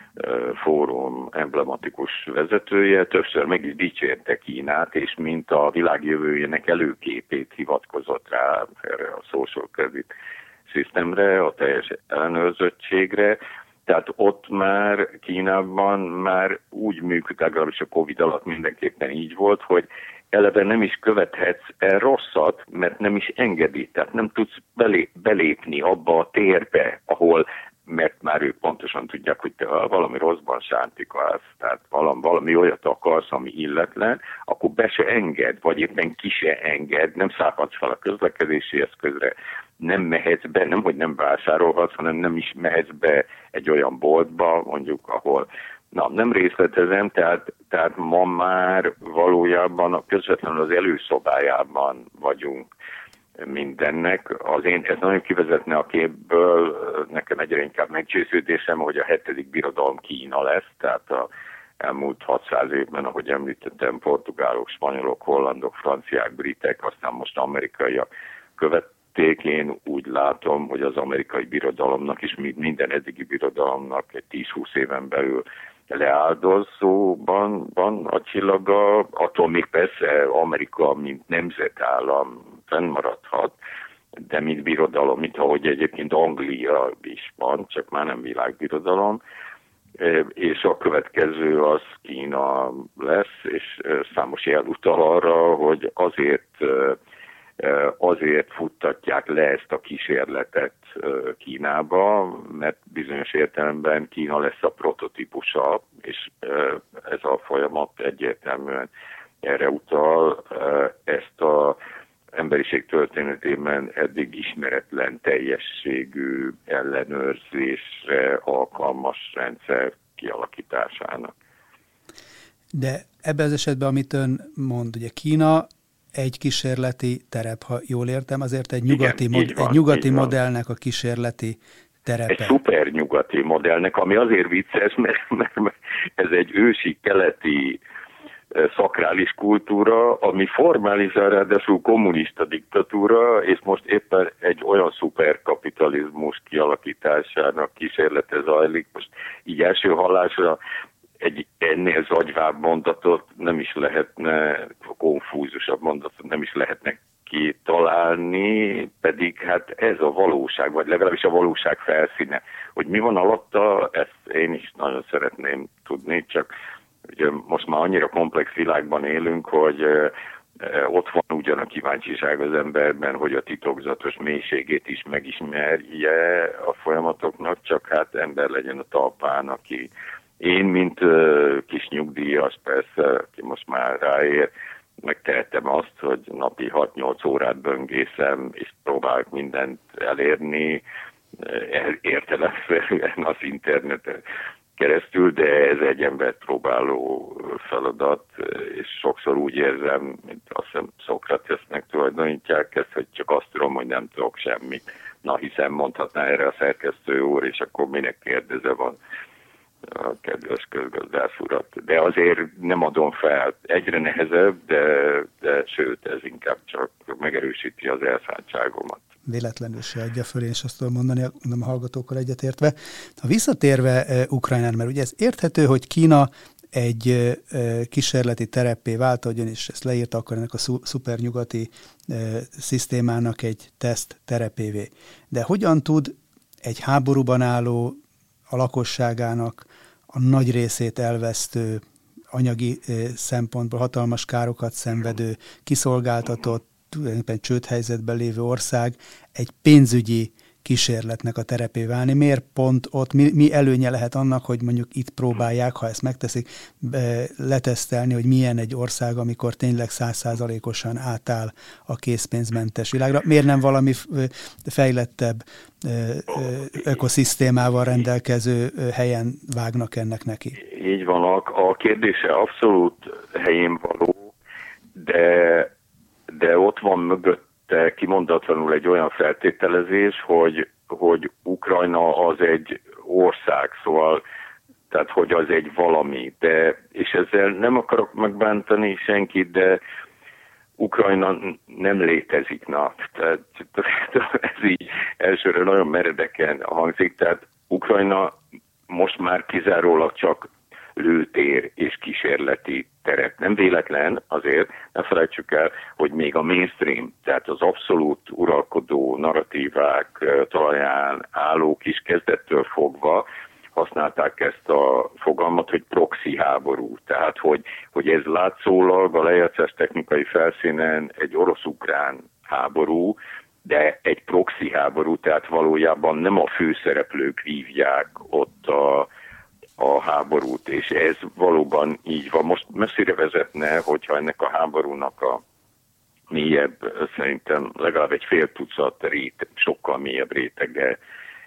fórum emblematikus vezetője, többször meg is dicsérte Kínát, és mint a világ jövőjének előképét hivatkozott rá erre a social credit systemre, a teljes ellenőrzöttségre. Tehát ott már Kínában már úgy működik, legalábbis a Covid alatt mindenképpen így volt, hogy eleve nem is követhetsz el rosszat, mert nem is engedi, tehát nem tudsz belé, belépni abba a térbe, ahol, mert már ők pontosan tudják, hogy te valami rosszban sántikálsz, tehát valami, valami olyat akarsz, ami illetlen, akkor be se enged, vagy éppen ki se enged, nem szállhatsz fel a közlekedési eszközre, nem mehetsz be, nem hogy nem vásárolhatsz, hanem nem is mehetsz be egy olyan boltba, mondjuk, ahol Na, nem részletezem, tehát, tehát ma már valójában közvetlenül az előszobájában vagyunk mindennek. Az én, ez nagyon kivezetne a képből, nekem egyre inkább meggyőződésem, hogy a hetedik birodalom Kína lesz, tehát a elmúlt hatszáz évben, ahogy említettem, portugálok, spanyolok, hollandok, franciák, britek, aztán most amerikaiak követték. Én úgy látom, hogy az amerikai birodalomnak és minden eddigi birodalomnak egy tíz-húsz éven belül leáldozóban van a csillaga, attól még persze Amerika, mint nemzetállam fennmaradhat, de mint birodalom, mint ahogy egyébként Anglia is van, csak már nem világbirodalom, és a következő az Kína lesz, és számos jel utal arra, hogy azért, azért futtatják le ezt a kísérletet Kínába, mert bizonyos értelemben Kína lesz a prototípusa, és ez a folyamat egyértelműen erre utal. Ezt a emberiség történetében eddig ismeretlen teljességű ellenőrzésre alkalmas rendszer kialakításának. De ebben az esetben, amit ön mond, ugye Kína egy kísérleti terep, ha jól értem, azért egy nyugati, Igen, mod- van, egy nyugati modellnek a kísérleti terepe. Egy szuper nyugati modellnek, ami azért vicces, mert, mert, mert ez egy ősi keleti szakrális kultúra, ami formálisan ráadásul kommunista diktatúra, és most éppen egy olyan szuperkapitalizmus kialakításának kísérlete zajlik. Most így első hallásra egy ennél zagyvább mondatot nem is lehetne, konfúzusabb mondatot nem is lehetne kitalálni, pedig hát ez a valóság, vagy legalábbis a valóság felszíne. Hogy mi van alatta, ezt én is nagyon szeretném tudni, csak ugye most már annyira komplex világban élünk, hogy ott van ugyan a kíváncsiság az emberben, hogy a titokzatos mélységét is megismerje a folyamatoknak, csak hát ember legyen a talpán, aki én, mint kis nyugdíjas, persze, aki most már ráér, megtehetem azt, hogy napi hat-nyolc órát böngészem, és próbálok mindent elérni, értelemszerűen az interneten keresztül, de ez egy embert próbáló feladat, és sokszor úgy érzem, mint azt hiszem Szokratesznek tulajdonítják ezt, hogy csak azt tudom, hogy nem tudok semmit. Na, hiszen mondhatná erre a szerkesztő úr, és akkor minek kérdeze van a kedves közgazdász urat. De azért nem adom fel. Egyre nehezebb, de, de sőt, ez inkább csak megerősíti az elszántságomat. Véletlenül se adja föl, én is azt tudom mondani, nem a hallgatókkal egyetértve. Ha visszatérve uh, Ukrajnára, mert ugye ez érthető, hogy Kína egy uh, kísérleti tereppé vált, ahogyan is ezt leírta, akkor ennek a szu- szupernyugati uh, szisztémának egy teszt terepévé. De hogyan tud egy háborúban álló, a lakosságának a nagy részét elvesztő, anyagi uh, szempontból hatalmas károkat szenvedő, kiszolgáltatott, tulajdonképpen csődhelyzetben lévő ország egy pénzügyi kísérletnek a terepé válni. Miért pont ott, mi, mi előnye lehet annak, hogy mondjuk itt próbálják, ha ezt megteszik, letesztelni, hogy milyen egy ország, amikor tényleg száz százalékosan átáll a készpénzmentes világra. Miért nem valami fejlettebb ökoszisztémával rendelkező helyen vágnak ennek neki? Így van, a, a kérdése abszolút helyén való, de de ott van mögötte kimondatlanul egy olyan feltételezés, hogy, hogy Ukrajna az egy ország, szóval, tehát hogy az egy valami. De, és ezzel nem akarok megbántani senkit, de Ukrajna nem létezik. Na, tehát ez így elsőre nagyon meredeken hangzik. Tehát Ukrajna most már kizárólag csak lőtér és kísérleti terep. Nem véletlen azért, ne felejtsük el, hogy még a mainstream, tehát az abszolút uralkodó narratívák talaján állók is kezdettől fogva használták ezt a fogalmat, hogy proxy háború. Tehát, hogy, hogy ez látszólag a lejátszás technikai felszínen egy orosz-ukrán háború, de egy proxy háború, tehát valójában nem a főszereplők vívják ott a a háborút, és ez valóban így van. Most messzire vezetne, hogyha ennek a háborúnak a mélyebb, szerintem legalább egy fél tucat réteg, sokkal mélyebb rétege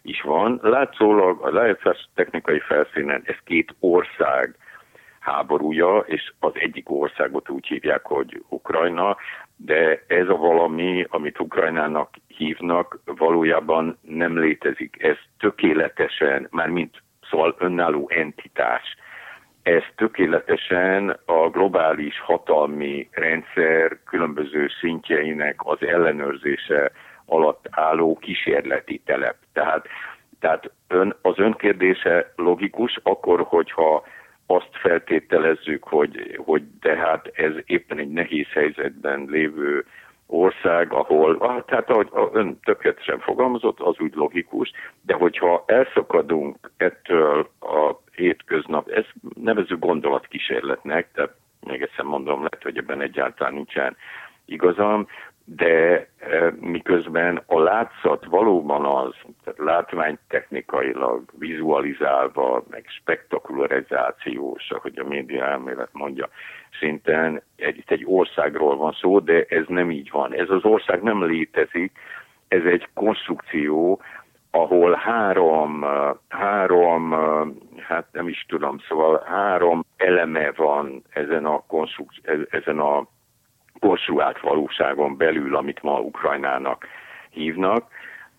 is van. Látszólag a lejátszás technikai felszínen ez két ország háborúja, és az egyik országot úgy hívják, hogy Ukrajna, de ez a valami, amit Ukrajnának hívnak, valójában nem létezik. Ez tökéletesen, mármint szóval önálló entitás, ez tökéletesen a globális hatalmi rendszer különböző szintjeinek az ellenőrzése alatt álló kísérleti telep. Tehát, tehát ön, az önkérdése logikus, akkor, hogyha azt feltételezzük, hogy, hogy tehát ez éppen egy nehéz helyzetben lévő ország, ahol, tehát ahogy ön tökéletesen fogalmazott, az úgy logikus, de hogyha elszakadunk ettől a hétköznap, ezt nevezzük gondolatkísérletnek, tehát még egyszer mondom, lehet, hogy ebben egyáltalán nincsen igazam, de e, miközben a látszat valóban az, tehát látványtechnikailag, vizualizálva, meg spektakularizációs, ahogy a média elmélet mondja, szinten egy, itt egy országról van szó, de ez nem így van. Ez az ország nem létezik, ez egy konstrukció, ahol három, három, hát nem is tudom, szóval három eleme van ezen a konstrukció, ezen a konstruált valóságon belül, amit ma Ukrajnának hívnak.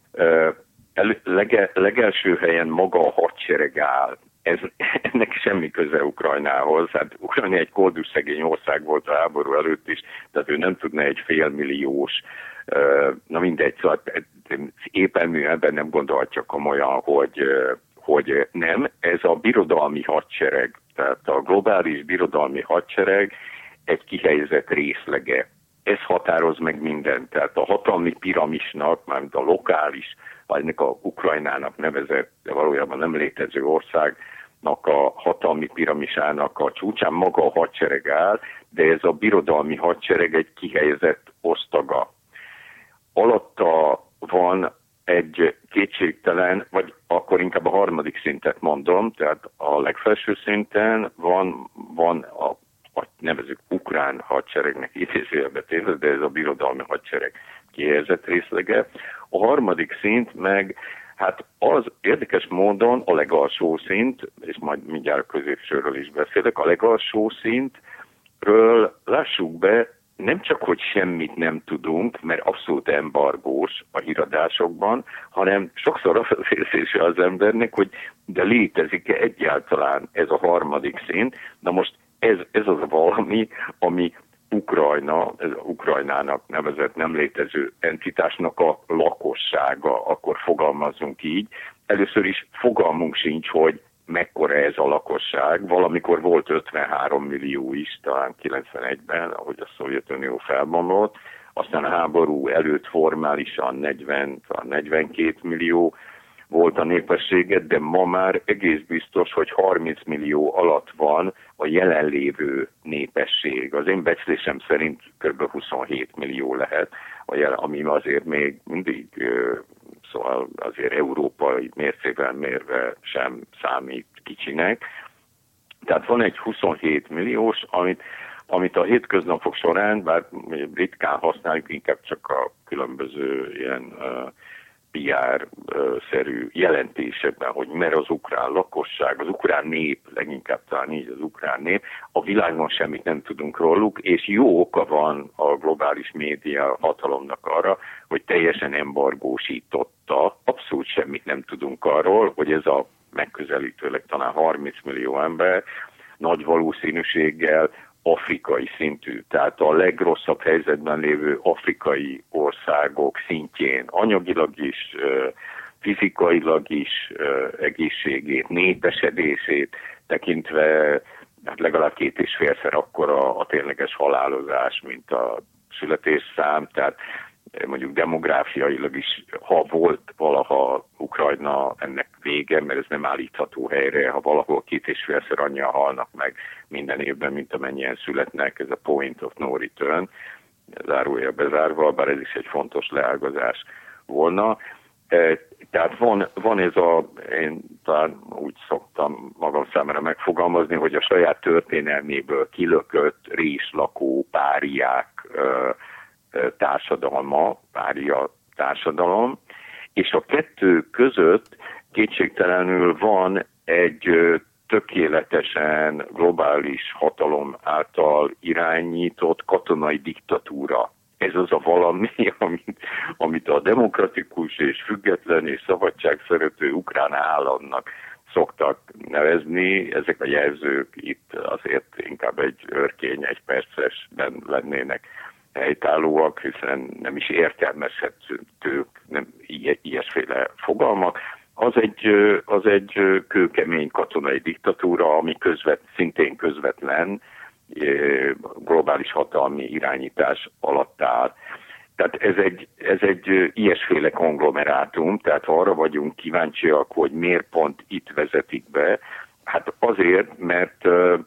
Lege, legelső helyen maga a hadsereg áll. Ez, ennek semmi köze Ukrajnához. Hát Ukrajna egy koldus szegény ország volt a háború előtt is, tehát ő nem tudna egy félmilliós, na mindegy, szóval éppen mi ebben nem gondolhatja komolyan, hogy, hogy nem. Ez a birodalmi hadsereg, tehát a globális birodalmi hadsereg egy kihelyezett részlege. Ez határoz meg mindent. Tehát a hatalmi piramisnak, mármint a lokális, vagy ennek a Ukrajnának nevezett, de valójában nem létező országnak a hatalmi piramisának a csúcsán maga a hadsereg áll, de ez a birodalmi hadsereg egy kihelyezett osztaga. Alatta van egy kétségtelen, vagy akkor inkább a harmadik szintet mondom, tehát a legfelső szinten van, van a nevezük ukrán hadseregnek idézőjelbe téve, de ez a birodalmi hadsereg kihelyezett részlege. A harmadik szint meg, hát az érdekes módon a legalsó szint, és majd mindjárt középsőről is beszélek, a legalsó szintről lássuk be, nem csak, hogy semmit nem tudunk, mert abszolút embargós a híradásokban, hanem sokszor az érzése az embernek, hogy de létezik-e egyáltalán ez a harmadik szint. Na most ez, ez az valami, ami Ukrajna, ez Ukrajnának nevezett nem létező entitásnak a lakossága, akkor fogalmazunk így. Először is fogalmunk sincs, hogy mekkora ez a lakosság. Valamikor volt ötvenhárom millió is, talán kilencvenegyben, ahogy a Szovjetunió felbomlott, aztán a háború előtt formálisan negyven-negyvenkét millió volt a népessége, de ma már egész biztos, hogy harminc millió alatt van a jelenlévő népesség. Az én becslésem szerint kb. huszonhét millió lehet, ami azért még mindig, szóval azért európai mércével mérve sem számít kicsinek. Tehát van egy huszonhét milliós, amit, amit a hétköznapok során, bár ritkán használjuk, inkább csak a különböző ilyen uh, pé er-szerű jelentésekben, hogy mert az ukrán lakosság, az ukrán nép, leginkább talán így az ukrán nép, a világon semmit nem tudunk róluk, és jó oka van a globális média hatalomnak arra, hogy teljesen embargósította, abszolút semmit nem tudunk arról, hogy ez a megközelítőleg talán harminc millió ember nagy valószínűséggel afrikai szintű, tehát a legrosszabb helyzetben lévő afrikai országok szintjén anyagilag is, fizikailag is egészségét, népesedését tekintve hát legalább két és félszer akkora a tényleges halálozás, mint a születésszám, tehát mondjuk demográfiailag is, ha volt valaha Ukrajna ennek vége, mert ez nem állítható helyre, ha valahol két és félszer annyian halnak meg minden évben, mint amennyien születnek, ez a point of no return, zárója bezárva, bár ez is egy fontos leágazás volna. Tehát van, van ez a, én talán úgy szoktam magam számára megfogalmazni, hogy a saját történelméből kilökött réslakó páriák társadalma, pária társadalom, és a kettő között kétségtelenül van egy tökéletesen globális hatalom által irányított katonai diktatúra. Ez az a valami, amit, amit a demokratikus és független és szabadságszerető ukrán államnak szoktak nevezni. Ezek a jelzők itt azért inkább egy örkény, egy percesben lennének helytállóak, hiszen nem is értelmezhetők nem ilyesféle fogalmak. Az egy, az egy kőkemény katonai diktatúra, ami közvet, szintén közvetlen globális hatalmi irányítás alatt áll. Tehát ez egy, ez egy ilyesféle konglomerátum, tehát ha arra vagyunk kíváncsiak, hogy miért pont itt vezetik be, hát azért, mert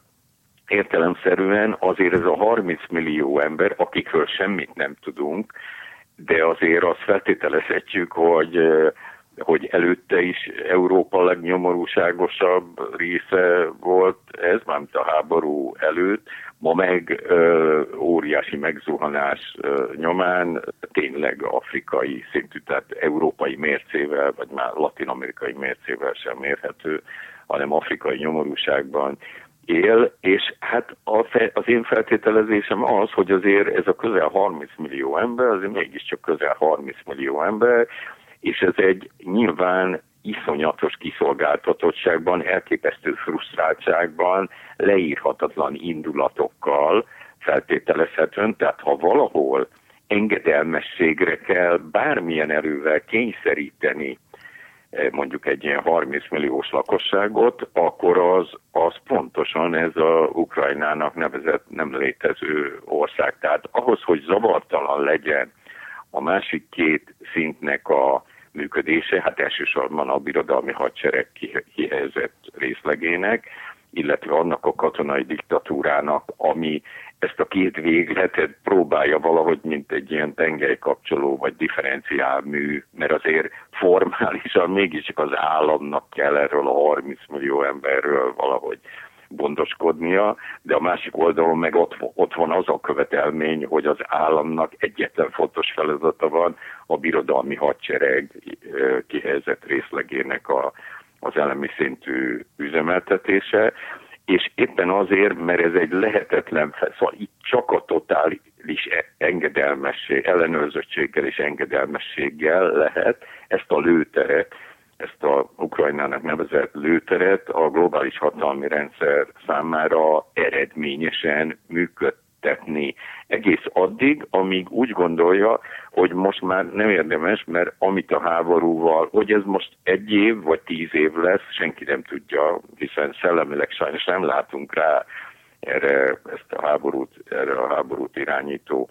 értelemszerűen azért ez a harminc millió ember, akikről semmit nem tudunk, de azért azt feltételezhetjük, hogy hogy előtte is Európa legnyomorúságosabb része volt ez, mármint a háború előtt, ma meg ö, óriási megzuhanás ö, nyomán tényleg afrikai szintű, tehát európai mércével, vagy már latin-amerikai mércével sem mérhető, hanem afrikai nyomorúságban él, és hát a fe, az én feltételezésem az, hogy azért ez a közel harminc millió ember, azért mégiscsak közel harminc millió ember, és ez egy nyilván iszonyatos kiszolgáltatottságban, elképesztő frusztráltságban, leírhatatlan indulatokkal feltételezhetően, tehát ha valahol engedelmességre kell bármilyen erővel kényszeríteni mondjuk egy ilyen harminc milliós lakosságot, akkor az, az pontosan ez a Ukrajnának nevezett nem létező ország. Tehát ahhoz, hogy zavartalan legyen a másik két szintnek a működése, hát elsősorban a birodalmi hadsereg kihelyezett részlegének, illetve annak a katonai diktatúrának, ami ezt a két végletet próbálja valahogy, mint egy ilyen tengelykapcsoló vagy differenciálmű, mert azért formálisan mégiscsak az államnak kell erről a harminc millió emberről valahogy gondoskodnia, de a másik oldalon meg ott, ott van az a követelmény, hogy az államnak egyetlen fontos feladata van, a birodalmi hadsereg kihelyezett részlegének a, az elemi szintű üzemeltetése, és éppen azért, mert ez egy lehetetlen, szóval itt csak a totális engedelmesség, ellenőrzöttséggel és engedelmességgel lehet ezt a lőteret, ezt a Ukrajnának nevezett lőteret a globális hatalmi rendszer számára eredményesen működtetni. Egész addig, amíg úgy gondolja, hogy most már nem érdemes, mert amit a háborúval, hogy ez most egy év vagy tíz év lesz, senki nem tudja, hiszen szellemileg sajnos nem látunk rá erre, ezt a háborút, erre a háborút irányító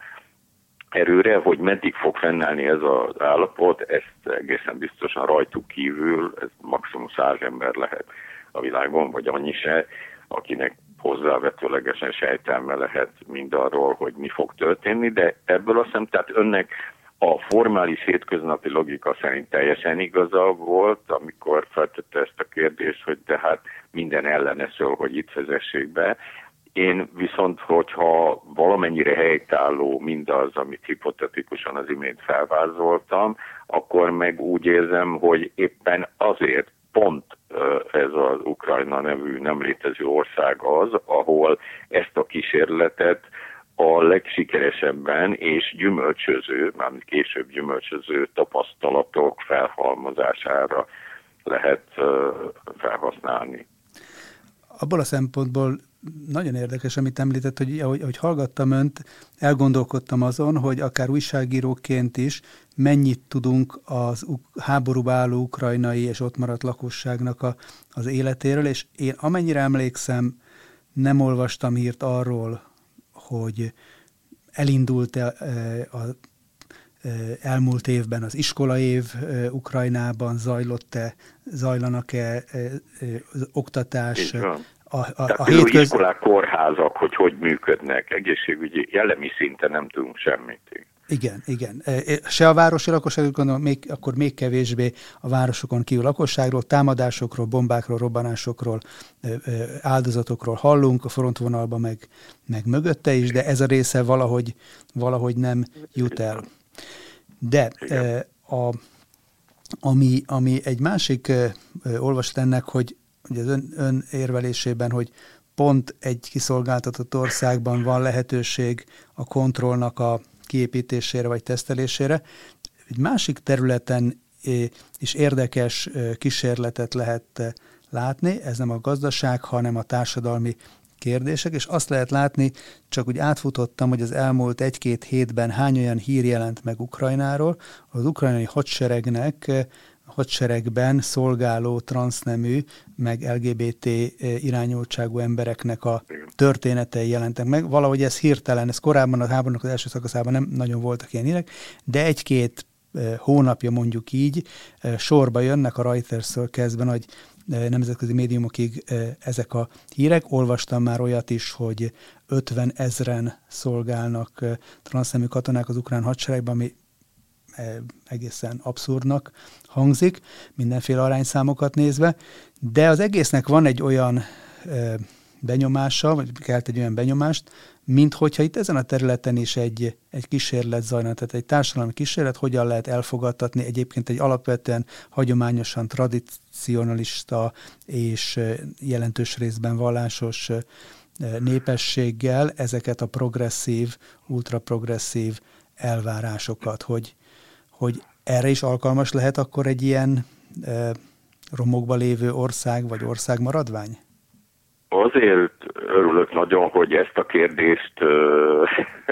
erőre, hogy meddig fog fennállni ez az állapot, ezt egészen biztosan rajtuk kívül, ez maximum száz ember lehet a világon, vagy annyi se, akinek hozzávetőlegesen sejtelme lehet mindarról, hogy mi fog történni, de ebből azt hiszem, tehát önnek a formális hétköznapi logika szerint teljesen igaza volt, amikor feltette ezt a kérdést, hogy de hát minden ellene szól, hogy itt vezessék be. Én viszont, hogyha valamennyire helytálló mindaz, amit hipotetikusan az imént felvázoltam, akkor meg úgy érzem, hogy éppen azért pont ez az Ukrajna nevű nem létező ország az, ahol ezt a kísérletet a legsikeresebben és gyümölcsöző, mármint később gyümölcsöző tapasztalatok felhalmozására lehet felhasználni. Abból a szempontból nagyon érdekes, amit említett, hogy ahogy, ahogy hallgattam önt, elgondolkodtam azon, hogy akár újságíróként is mennyit tudunk az háborúba álló ukrajnai és ott maradt lakosságnak a, az életéről, és én amennyire emlékszem, nem olvastam hírt arról, hogy elindult-e a elmúlt évben az iskolaév Ukrajnában, zajlott-e, zajlanak-e az oktatás, a, a, a hétköz... iskolák, kórházak, hogy hogy működnek, egészségügyi, jellemi szinten nem tudunk semmit. Igen, igen. Se a városi lakosságról, gondolom, még, akkor még kevésbé a városokon kívül lakosságról, támadásokról, bombákról, robbanásokról, áldozatokról hallunk, a frontvonalban meg, meg mögötte is, de ez a része valahogy, valahogy nem jut el. De a ami, ami egy másik ö, ö, olvasat ennek, hogy, hogy az ön, ön érvelésében, hogy pont egy kiszolgáltatott országban van lehetőség a kontrollnak a kiépítésére vagy tesztelésére. Egy másik területen is érdekes kísérletet lehet látni, ez nem a gazdaság, hanem a társadalmi kérdések, és azt lehet látni, csak úgy átfutottam, hogy az elmúlt egy-két hétben hány olyan hír jelent meg Ukrajnáról, az ukrajnai hadseregnek hadseregben szolgáló transznemű, meg el gé bé té irányultságú embereknek a történetei jelentek meg. Valahogy ez hirtelen, ez korábban a háborúnak az első szakaszában nem nagyon voltak ilyen hírek, de egy-két hónapja mondjuk így sorba jönnek a Reuters-től kezdve nagy nemzetközi médiumokig ezek a hírek. Olvastam már olyat is, hogy ötven ezren szolgálnak transznemű katonák az ukrán hadseregben, ami egészen abszurdnak hangzik, mindenféle arányszámokat nézve, de az egésznek van egy olyan benyomása, vagy kelt egy olyan benyomást, mint hogyha itt ezen a területen is egy, egy kísérlet zajlana, tehát egy társadalmi kísérlet, hogyan lehet elfogadtatni egyébként egy alapvetően hagyományosan tradicionalista és jelentős részben vallásos népességgel ezeket a progresszív, ultraprogresszív elvárásokat, hogy, hogy erre is alkalmas lehet akkor egy ilyen e, romokba lévő ország vagy ország maradvány? Azért örülök nagyon, hogy ezt a kérdést uh,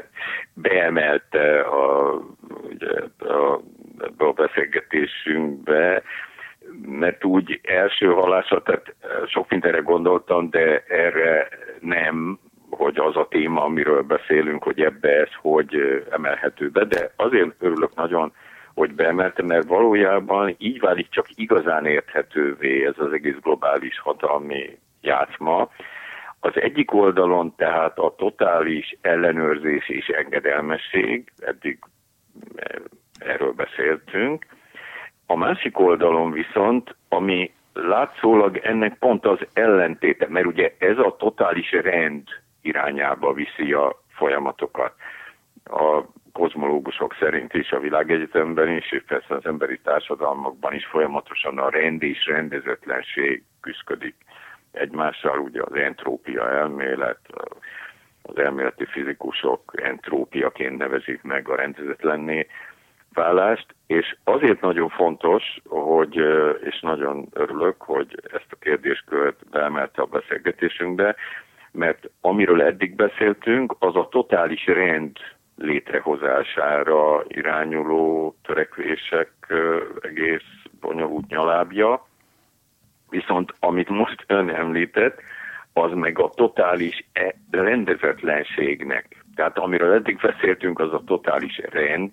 beemelte a, ugye, a, ebbe a beszélgetésünkbe, mert úgy első hallásra, tehát sok mindenre gondoltam, de erre nem, hogy az a téma, amiről beszélünk, hogy ebbe ez hogy emelhető be, de azért örülök nagyon, hogy beemelte, mert valójában így válik csak igazán érthetővé ez az egész globális hatalmi játszma. Az egyik oldalon tehát a totális ellenőrzés és engedelmesség, eddig erről beszéltünk. A másik oldalon viszont, ami látszólag ennek pont az ellentéte, mert ugye ez a totális rend irányába viszi a folyamatokat. A kozmológusok szerint is, a világegyetemben is, és persze az emberi társadalmakban is folyamatosan a rend és rendezetlenség küszködik egymással, ugye az entrópia elmélet, az elméleti fizikusok entrópiaként nevezik meg a rendezetlenné válást, és azért nagyon fontos, hogy, és nagyon örülök, hogy ezt a kérdéskört beemelte a beszélgetésünkbe, mert amiről eddig beszéltünk, az a totális rend létrehozására irányuló törekvések egész bonyolult nyalábja, viszont amit most ön említett, az meg a totális rendezetlenségnek. Tehát amiről eddig beszéltünk, az a totális rend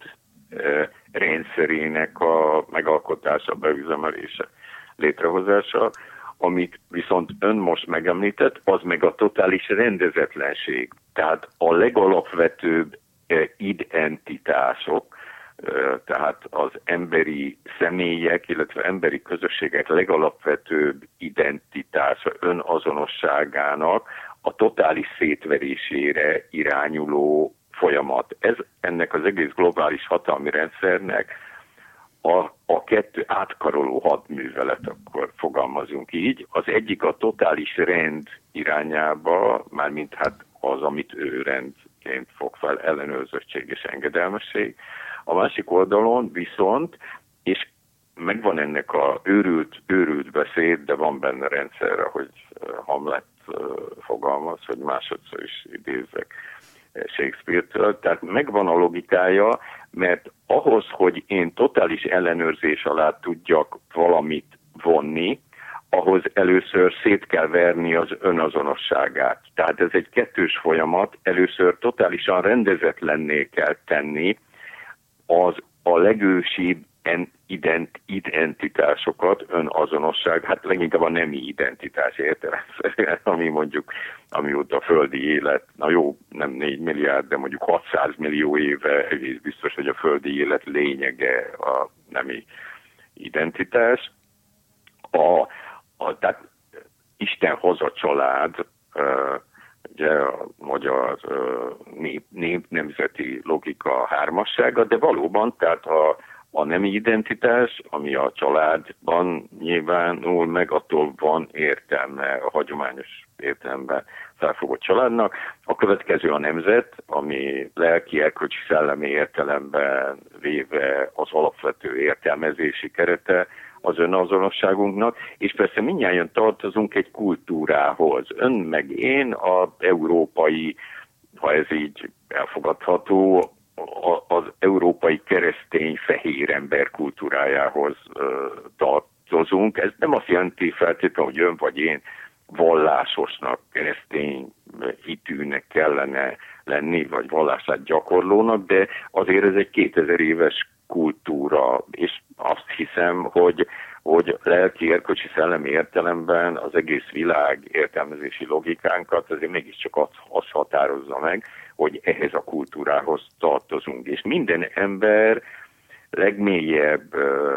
rendszerének a megalkotása, beüzemelése, létrehozása, amit viszont ön most megemlített, az meg a totális rendezetlenség. Tehát a legalapvetőbb identitások, tehát az emberi személyek, illetve emberi közösségek legalapvetőbb identitása, önazonosságának a totális szétverésére irányuló folyamat. Ez ennek az egész globális hatalmi rendszernek a, a kettő átkaroló hadművelet, akkor fogalmazunk így. Az egyik a totális rend irányába, mármint hát az, amit ő rendként fog fel, ellenőrzöttség és engedelmesség. A másik oldalon viszont, és megvan ennek a őrült, őrült beszéd, de van benne rendszerre, hogy Hamlet fogalmaz, hogy másodszor is idézzek Shakespeare-től, tehát megvan a logikája, mert ahhoz, hogy én totális ellenőrzés alá tudjak valamit vonni, ahhoz először szét kell verni az önazonosságát. Tehát ez egy kettős folyamat, először totálisan rendezetlenné kell tenni az a legősibb ident, identitásokat, önazonosság, hát leginkább a nemi identitás értelemszerűen, ami mondjuk, amióta a földi élet, na jó, nem négy milliárd, de mondjuk hatszáz millió éve egész biztos, hogy a földi élet lényege a nemi identitás. A, a, tehát Isten hoz a család, uh, ugye a magyar uh, nép, nép, nemzeti logika hármassága, de valóban, tehát a A nemi identitás, ami a családban nyilvánul meg, attól van értelme a hagyományos értelemben felfogott családnak. A következő a nemzet, ami lelki, erkölcsi, szellemi értelemben véve az alapvető értelmezési kerete az önazonosságunknak, és persze mindnyájan tartozunk egy kultúrához. Ön meg én az európai, ha ez így elfogadható, az európai keresztény fehér ember kultúrájához tartozunk. Ez nem azt jelenti feltétlenül, hogy ön vagy én vallásosnak, keresztény hitűnek kellene lenni, vagy vallását gyakorlónak, de azért ez egy kétezer éves kultúra, és azt hiszem, hogy, hogy lelki, erkölcsi, szellemi értelemben az egész világ értelmezési logikánkat azért mégiscsak az, az határozza meg, hogy ehhez a kultúrához tartozunk. És minden ember legmélyebb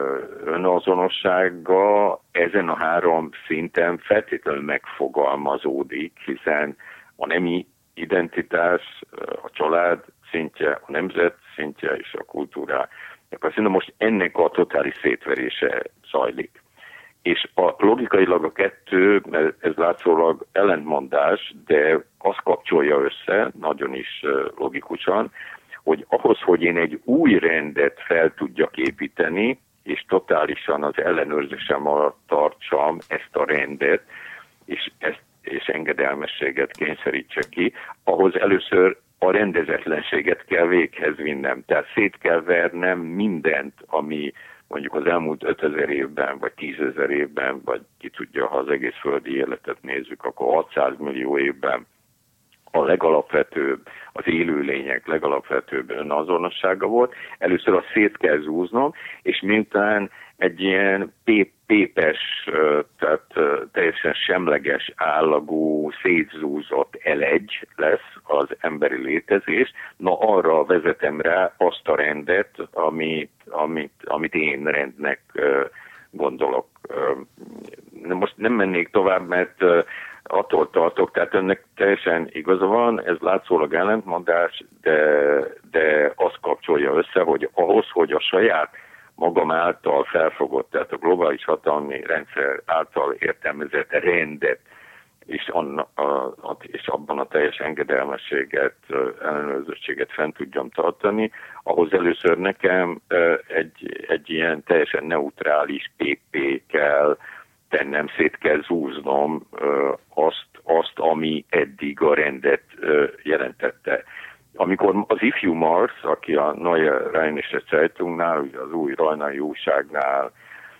önazonossága ezen a három szinten feltétlenül megfogalmazódik, hiszen a nemi identitás, a család szintje, a nemzet szintje és a kultúrá. Szerintem most ennek a totális szétverése zajlik. És a logikailag a kettő, mert ez látszólag ellentmondás, de azt kapcsolja össze, nagyon is logikusan, hogy ahhoz, hogy én egy új rendet fel tudjak építeni, és totálisan az ellenőrzésem alatt tartsam ezt a rendet, és, ezt, és engedelmességet kényszerítsek ki, ahhoz először a rendezetlenséget kell véghez vinnem. Tehát szét kell vernem mindent, ami mondjuk az elmúlt ötezer évben, vagy tízezer évben, vagy ki tudja, ha az egész földi életet nézzük, akkor hatszáz millió évben a legalapvetőbb, az élőlények legalapvetőbb önazonossága volt. Először azt szét kell zúznom, és miután egy ilyen pép, pépes, tehát teljesen semleges állagú, szétzúzott elegy lesz az emberi létezés, na arra vezetem rá azt a rendet, amit, amit, amit én rendnek gondolok. Most nem mennék tovább, mert attól tartok, tehát önnek teljesen igaza van, ez látszólag ellentmondás, de, de azt kapcsolja össze, hogy ahhoz, hogy a saját magam által felfogott, tehát a globális hatalmi rendszer által értelmezett rendet, és, anna, a, a, és abban a teljes engedelmességet, ellenőrzöttséget fent tudjam tartani, ahhoz először nekem egy, egy ilyen teljesen neutrális pé pé kell tennem, szét kell zúznom azt, azt, ami eddig a rendet jelentette. Amikor az ifjú Marx, aki a Neue Rheinische Zeitungnál, ugye az új rajnai újságnál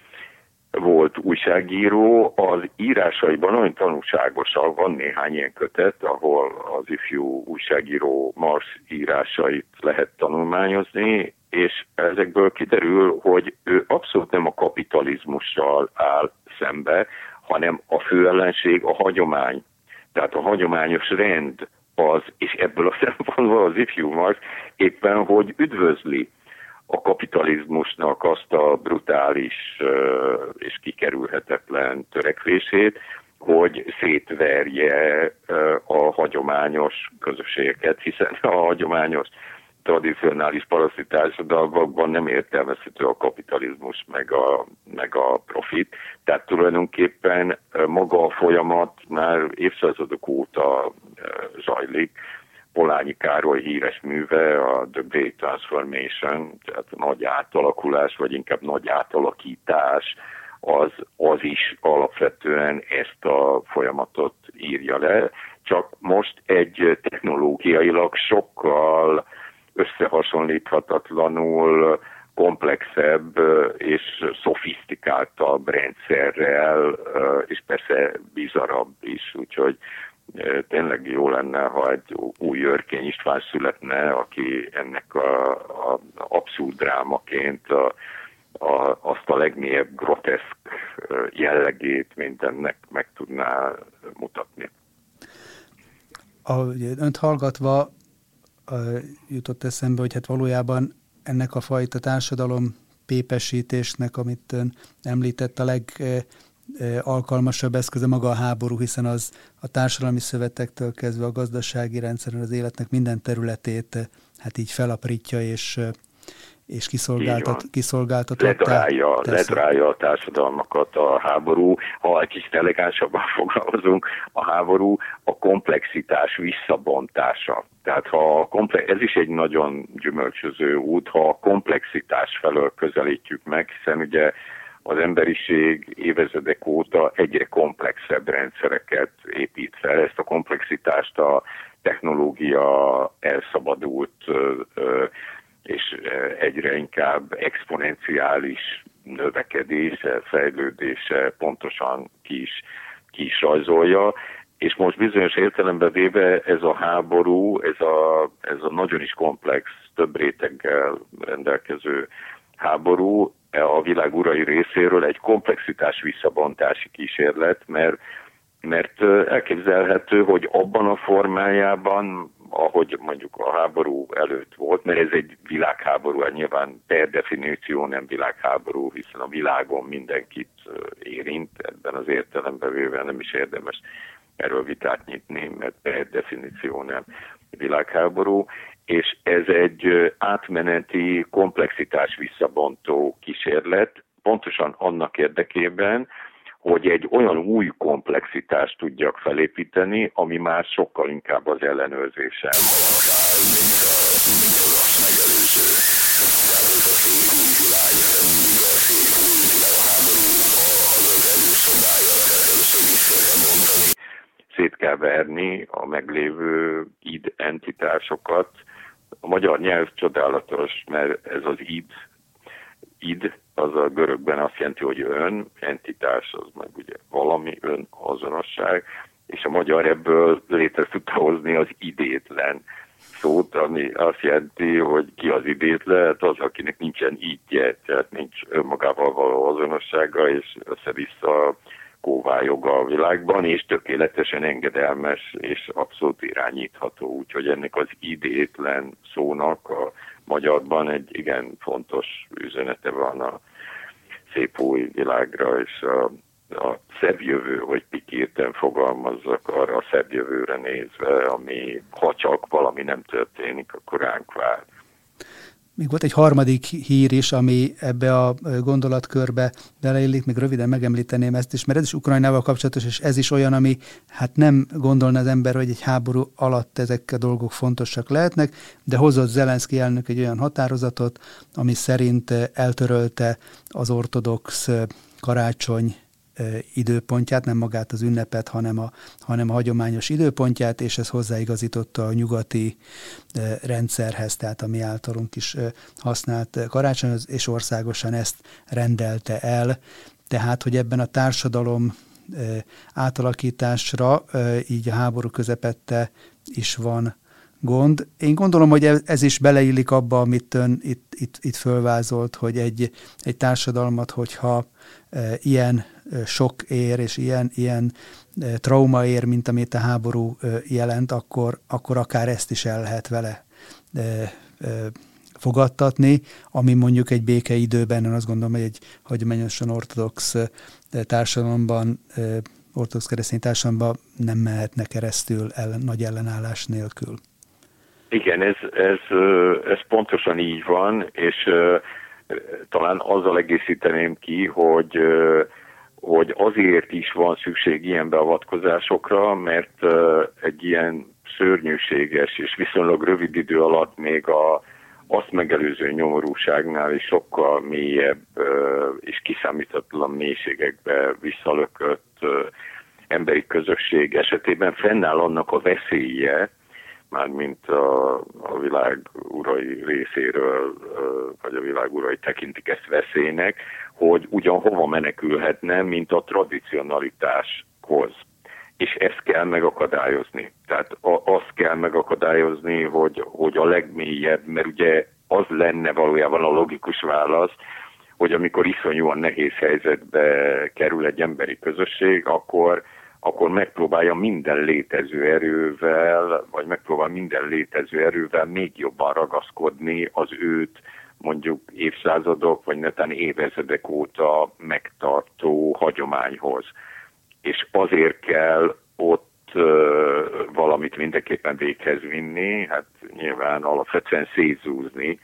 volt újságíró, az írásaiban olyan tanulságosan van néhány ilyen kötet, ahol az ifjú újságíró Marx írásait lehet tanulmányozni, és ezekből kiderül, hogy ő abszolút nem a kapitalizmussal áll szembe, hanem a fő ellenség a hagyomány. Tehát a hagyományos rend az, és ebből a szempontból az ifjú Marx éppen, hogy üdvözli a kapitalizmusnak azt a brutális és kikerülhetetlen törekvését, hogy szétverje a hagyományos közösségeket, hiszen a hagyományos tradicionális paraszti társadalmakban nem értelmezhető a kapitalizmus meg a, meg a profit. Tehát tulajdonképpen maga a folyamat már évszázadok óta zajlik. Polányi Károly híres műve, a The Great Transformation, tehát a nagy átalakulás, vagy inkább nagy átalakítás, az, az is alapvetően ezt a folyamatot írja le. Csak most egy technológiailag sokkal összehasonlíthatatlanul komplexebb és szofisztikáltabb rendszerrel, és persze bizarabb is, úgyhogy tényleg jó lenne, ha egy új Örkény István születne, aki ennek a, a abszurd drámaként a, a, azt a legmélyebb groteszk jellegét mindennek meg tudná mutatni. Ahogy önt hallgatva jutott eszembe, hogy hát valójában ennek a fajta társadalom pépesítésnek, amit ön említett, a legalkalmasabb eszköze maga a háború, hiszen az a társadalmi szövetektől kezdve a gazdasági rendszeren az életnek minden területét hát így felaprítja és, és kiszolgáltat, kiszolgáltatották. Ledrálja, ledrálja a társadalmakat a háború. Ha egy kicsit elegánsabban fogalmazunk, a háború a komplexitás visszabontása. Tehát ha a komplex, ez is egy nagyon gyümölcsöző út, ha a komplexitás felől közelítjük meg, hiszen ugye az emberiség évezredek óta egyre komplexebb rendszereket épít fel. Ezt a komplexitást a technológia elszabadult és egyre inkább exponenciális növekedése, fejlődése pontosan ki is, ki is rajzolja. És most bizonyos értelemben véve ez a háború, ez a, ez a nagyon is komplex, több réteggel rendelkező háború a világ urai részéről egy komplexitás visszabontási kísérlet, mert, mert elképzelhető, hogy abban a formájában, ahogy mondjuk a háború előtt volt, mert ez egy világháború, hát nyilván per definíció nem világháború, hiszen a világon mindenkit érint, ebben az értelemben véve nem is érdemes erről vitát nyitni, mert per definíció nem világháború, és ez egy átmeneti komplexitás visszabontó kísérlet, pontosan annak érdekében, hogy egy olyan új komplexitást tudjak felépíteni, ami már sokkal inkább az ellenőrzésen. Szét kell verni a meglévő id entitásokat. A magyar nyelv csodálatos, mert ez az id, id, az a görögben azt jelenti, hogy ön, entitás, az meg ugye valami, ön, azonosság, és a magyar ebből létre tudta hozni az idétlen szót, ami azt jelenti, hogy ki az idétlen, hát az, akinek nincsen ídje, tehát nincs önmagával való azonossága, és össze-vissza kóvályog a világban, és tökéletesen engedelmes, és abszolút irányítható. Úgyhogy ennek az idétlen szónak a magyarban egy igen fontos üzenete van a szép új világra, és a, a szebb jövő, hogy pikírten fogalmazzak, arra a szebb jövőre nézve, ami ha csak valami nem történik, akkor ránk vár. Még volt egy harmadik hír is, ami ebbe a gondolatkörbe beleillik, még röviden megemlíteném ezt is, mert ez is Ukrajnával kapcsolatos, és ez is olyan, ami hát nem gondolna az ember, hogy egy háború alatt ezek a dolgok fontosak lehetnek, de hozott Zelenszky elnök egy olyan határozatot, ami szerint eltörölte az ortodox karácsony időpontját, nem magát az ünnepet, hanem a, hanem a hagyományos időpontját, és ez hozzáigazította a nyugati rendszerhez, tehát a mi általunk is használt karácsonyhoz, és országosan ezt rendelte el. Tehát, hogy ebben a társadalom átalakításra így a háború közepette is van gond. Én gondolom, hogy ez is beleillik abba, amit ön itt, itt, itt fölvázolt, hogy egy, egy társadalmat, hogyha e, ilyen sok ér, és ilyen, ilyen trauma ér, mint amit a háború jelent, akkor, akkor akár ezt is el lehet vele e, e, fogadtatni, ami mondjuk egy békeidőben, én azt gondolom, hogy egy hagyományosan ortodox társadalomban, ortodox keresztény társadalomban nem mehetne keresztül ellen, nagy ellenállás nélkül. Igen, ez, ez, ez pontosan így van, és uh, talán azzal egészíteném ki, hogy, uh, hogy azért is van szükség ilyen beavatkozásokra, mert uh, egy ilyen szörnyűséges és viszonylag rövid idő alatt még a, azt megelőző nyomorúságnál is sokkal mélyebb uh, és kiszámíthatatlan mélységekbe visszalökött uh, emberi közösség esetében fennáll annak a veszélye, mármint a, a világ urai részéről, vagy a világ urai tekintik ezt veszélynek, hogy ugyan hova menekülhetne, mint a tradicionalitáshoz. És ezt kell megakadályozni. Tehát a, azt kell megakadályozni, hogy, hogy a legmélyebb, mert ugye az lenne valójában a logikus válasz, hogy amikor iszonyúan nehéz helyzetbe kerül egy emberi közösség, akkor akkor megpróbálja minden létező erővel, vagy megpróbál minden létező erővel még jobban ragaszkodni az őt mondjuk évszázadok, vagy netán évezredek óta megtartó hagyományhoz. És azért kell ott uh, valamit mindenképpen véghez vinni, hát nyilván alapvetően szétzúzni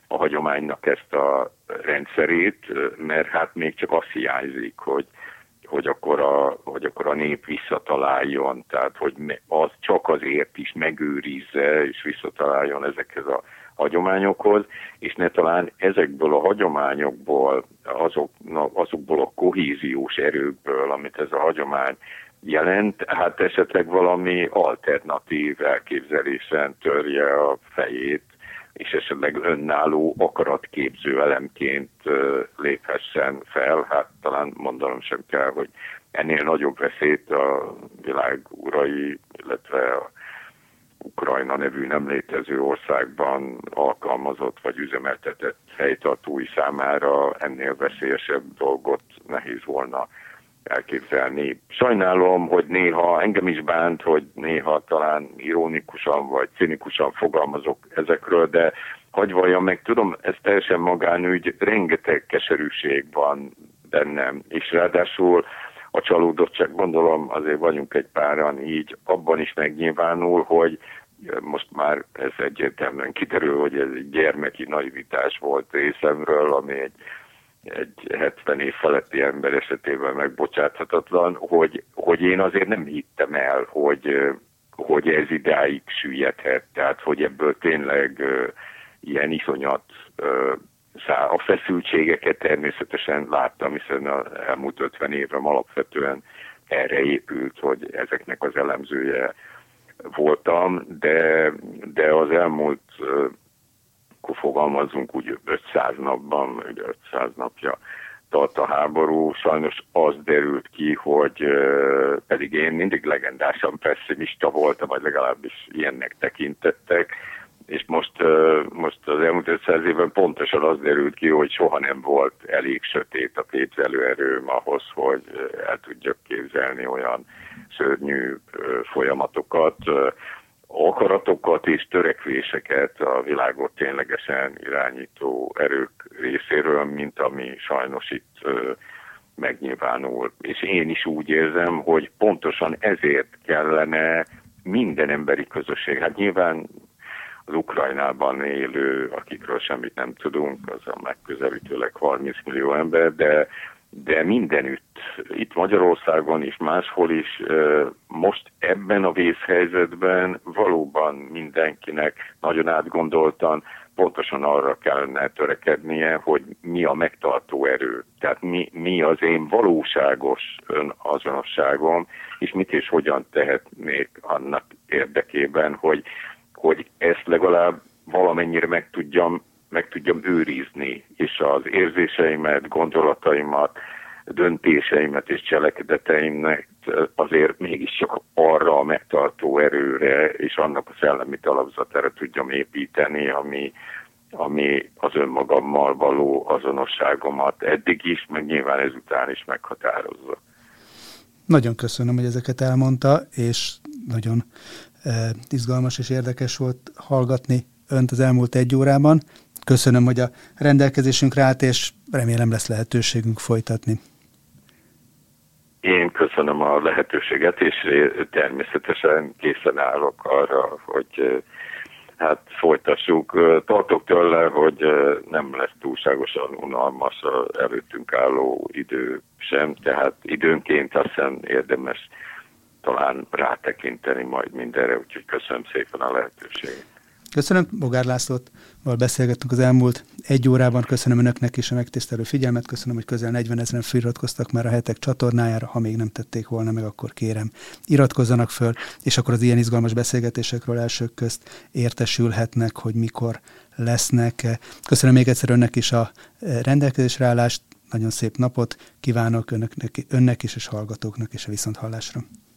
a hagyománynak ezt a rendszerét, mert hát még csak azt hiányzik, hogy, hogy, akkor a, hogy akkor a nép visszataláljon, tehát hogy az csak azért is megőrizze és visszataláljon ezekhez a hagyományokhoz, és ne talán ezekből a hagyományokból, azok, azokból a kohéziós erőkből, amit ez a hagyomány jelent, hát esetleg valami alternatív elképzelésen törje a fejét, és esetleg önálló akaratképző elemként léphessen fel. Hát talán mondanom sem kell, hogy ennél nagyobb veszélyt a világ urai, illetve a Ukrajna nevű nem létező országban alkalmazott vagy üzemeltetett helytartói számára ennél veszélyesebb dolgot nehéz volna elképzelni. Sajnálom, hogy néha engem is bánt, hogy néha talán ironikusan vagy cinikusan fogalmazok ezekről, de hagyj valljam meg, tudom, ez teljesen magánügy, rengeteg keserűség van bennem, és ráadásul a csalódottság, gondolom azért vagyunk egy páran így, abban is megnyilvánul, hogy most már ez egyértelműen kiderül, hogy ez egy gyermeki naivitás volt részemről, ami egy, egy hetven év feletti ember esetében megbocsáthatatlan, hogy, hogy én azért nem hittem el, hogy, hogy ez idáig süllyedhet, tehát hogy ebből tényleg ilyen iszonyat a feszültségeket természetesen láttam, hiszen az elmúlt ötven évem alapvetően erre épült, hogy ezeknek az elemzője voltam, de, de az elmúlt, akkor fogalmazunk úgy ötszáz napban, vagy ötszáz napja tart a háború, sajnos az derült ki, hogy pedig én mindig legendásan pessimista voltam, vagy legalábbis ilyennek tekintettek, és most, most az elmúlt ötszáz évben pontosan az derült ki, hogy soha nem volt elég sötét a képzelőerőm ahhoz, hogy el tudjak képzelni olyan szörnyű folyamatokat, akaratokat és törekvéseket a világot ténylegesen irányító erők részéről, mint ami sajnos itt megnyilvánul. És én is úgy érzem, hogy pontosan ezért kellene minden emberi közösség, hát nyilván az Ukrajnában élő, akikről semmit nem tudunk, az a megközelítőleg harminc millió ember, de, de mindenütt, itt Magyarországon és máshol is, most ebben a vészhelyzetben valóban mindenkinek nagyon átgondoltan pontosan arra kellene törekednie, hogy mi a megtartó erő. Tehát mi, mi az én valóságos önazonosságom, és mit és hogyan tehetnék annak érdekében, hogy hogy ezt legalább valamennyire meg tudjam, meg tudjam őrizni, és az érzéseimet, gondolataimat, döntéseimet és cselekedeteimet azért mégiscsak arra a megtartó erőre és annak a szellemi alapzatára tudjam építeni, ami, ami az önmagammal való azonosságomat eddig is, meg nyilván ezután is meghatározza. Nagyon köszönöm, hogy ezeket elmondta, és nagyon eh, izgalmas és érdekes volt hallgatni önt az elmúlt egy órában. Köszönöm, hogy a rendelkezésünkre állt, és remélem lesz lehetőségünk folytatni. Én köszönöm a lehetőséget, és természetesen készen állok arra, hogy hát folytassuk. Tartok tőle, hogy nem lesz túlságosan unalmas az előttünk álló idő sem, tehát időnként azt hiszem érdemes talán rátekinteni majd mindenre, úgyhogy köszönöm szépen a lehetőséget. Köszönöm, Bogár Lászlóval beszélgettünk az elmúlt egy órában, köszönöm önöknek is a megtisztelő figyelmet, köszönöm, hogy közel negyvenezren feliratkoztak már a Hetek csatornájára, ha még nem tették volna meg, akkor kérem, iratkozzanak föl, és akkor az ilyen izgalmas beszélgetésekről elsők közt értesülhetnek, hogy mikor lesznek. Köszönöm még egyszer önnek is a rendelkezésre állást, nagyon szép napot kívánok önöknek, önnek is, és hallgatóknak is a viszonthallásra.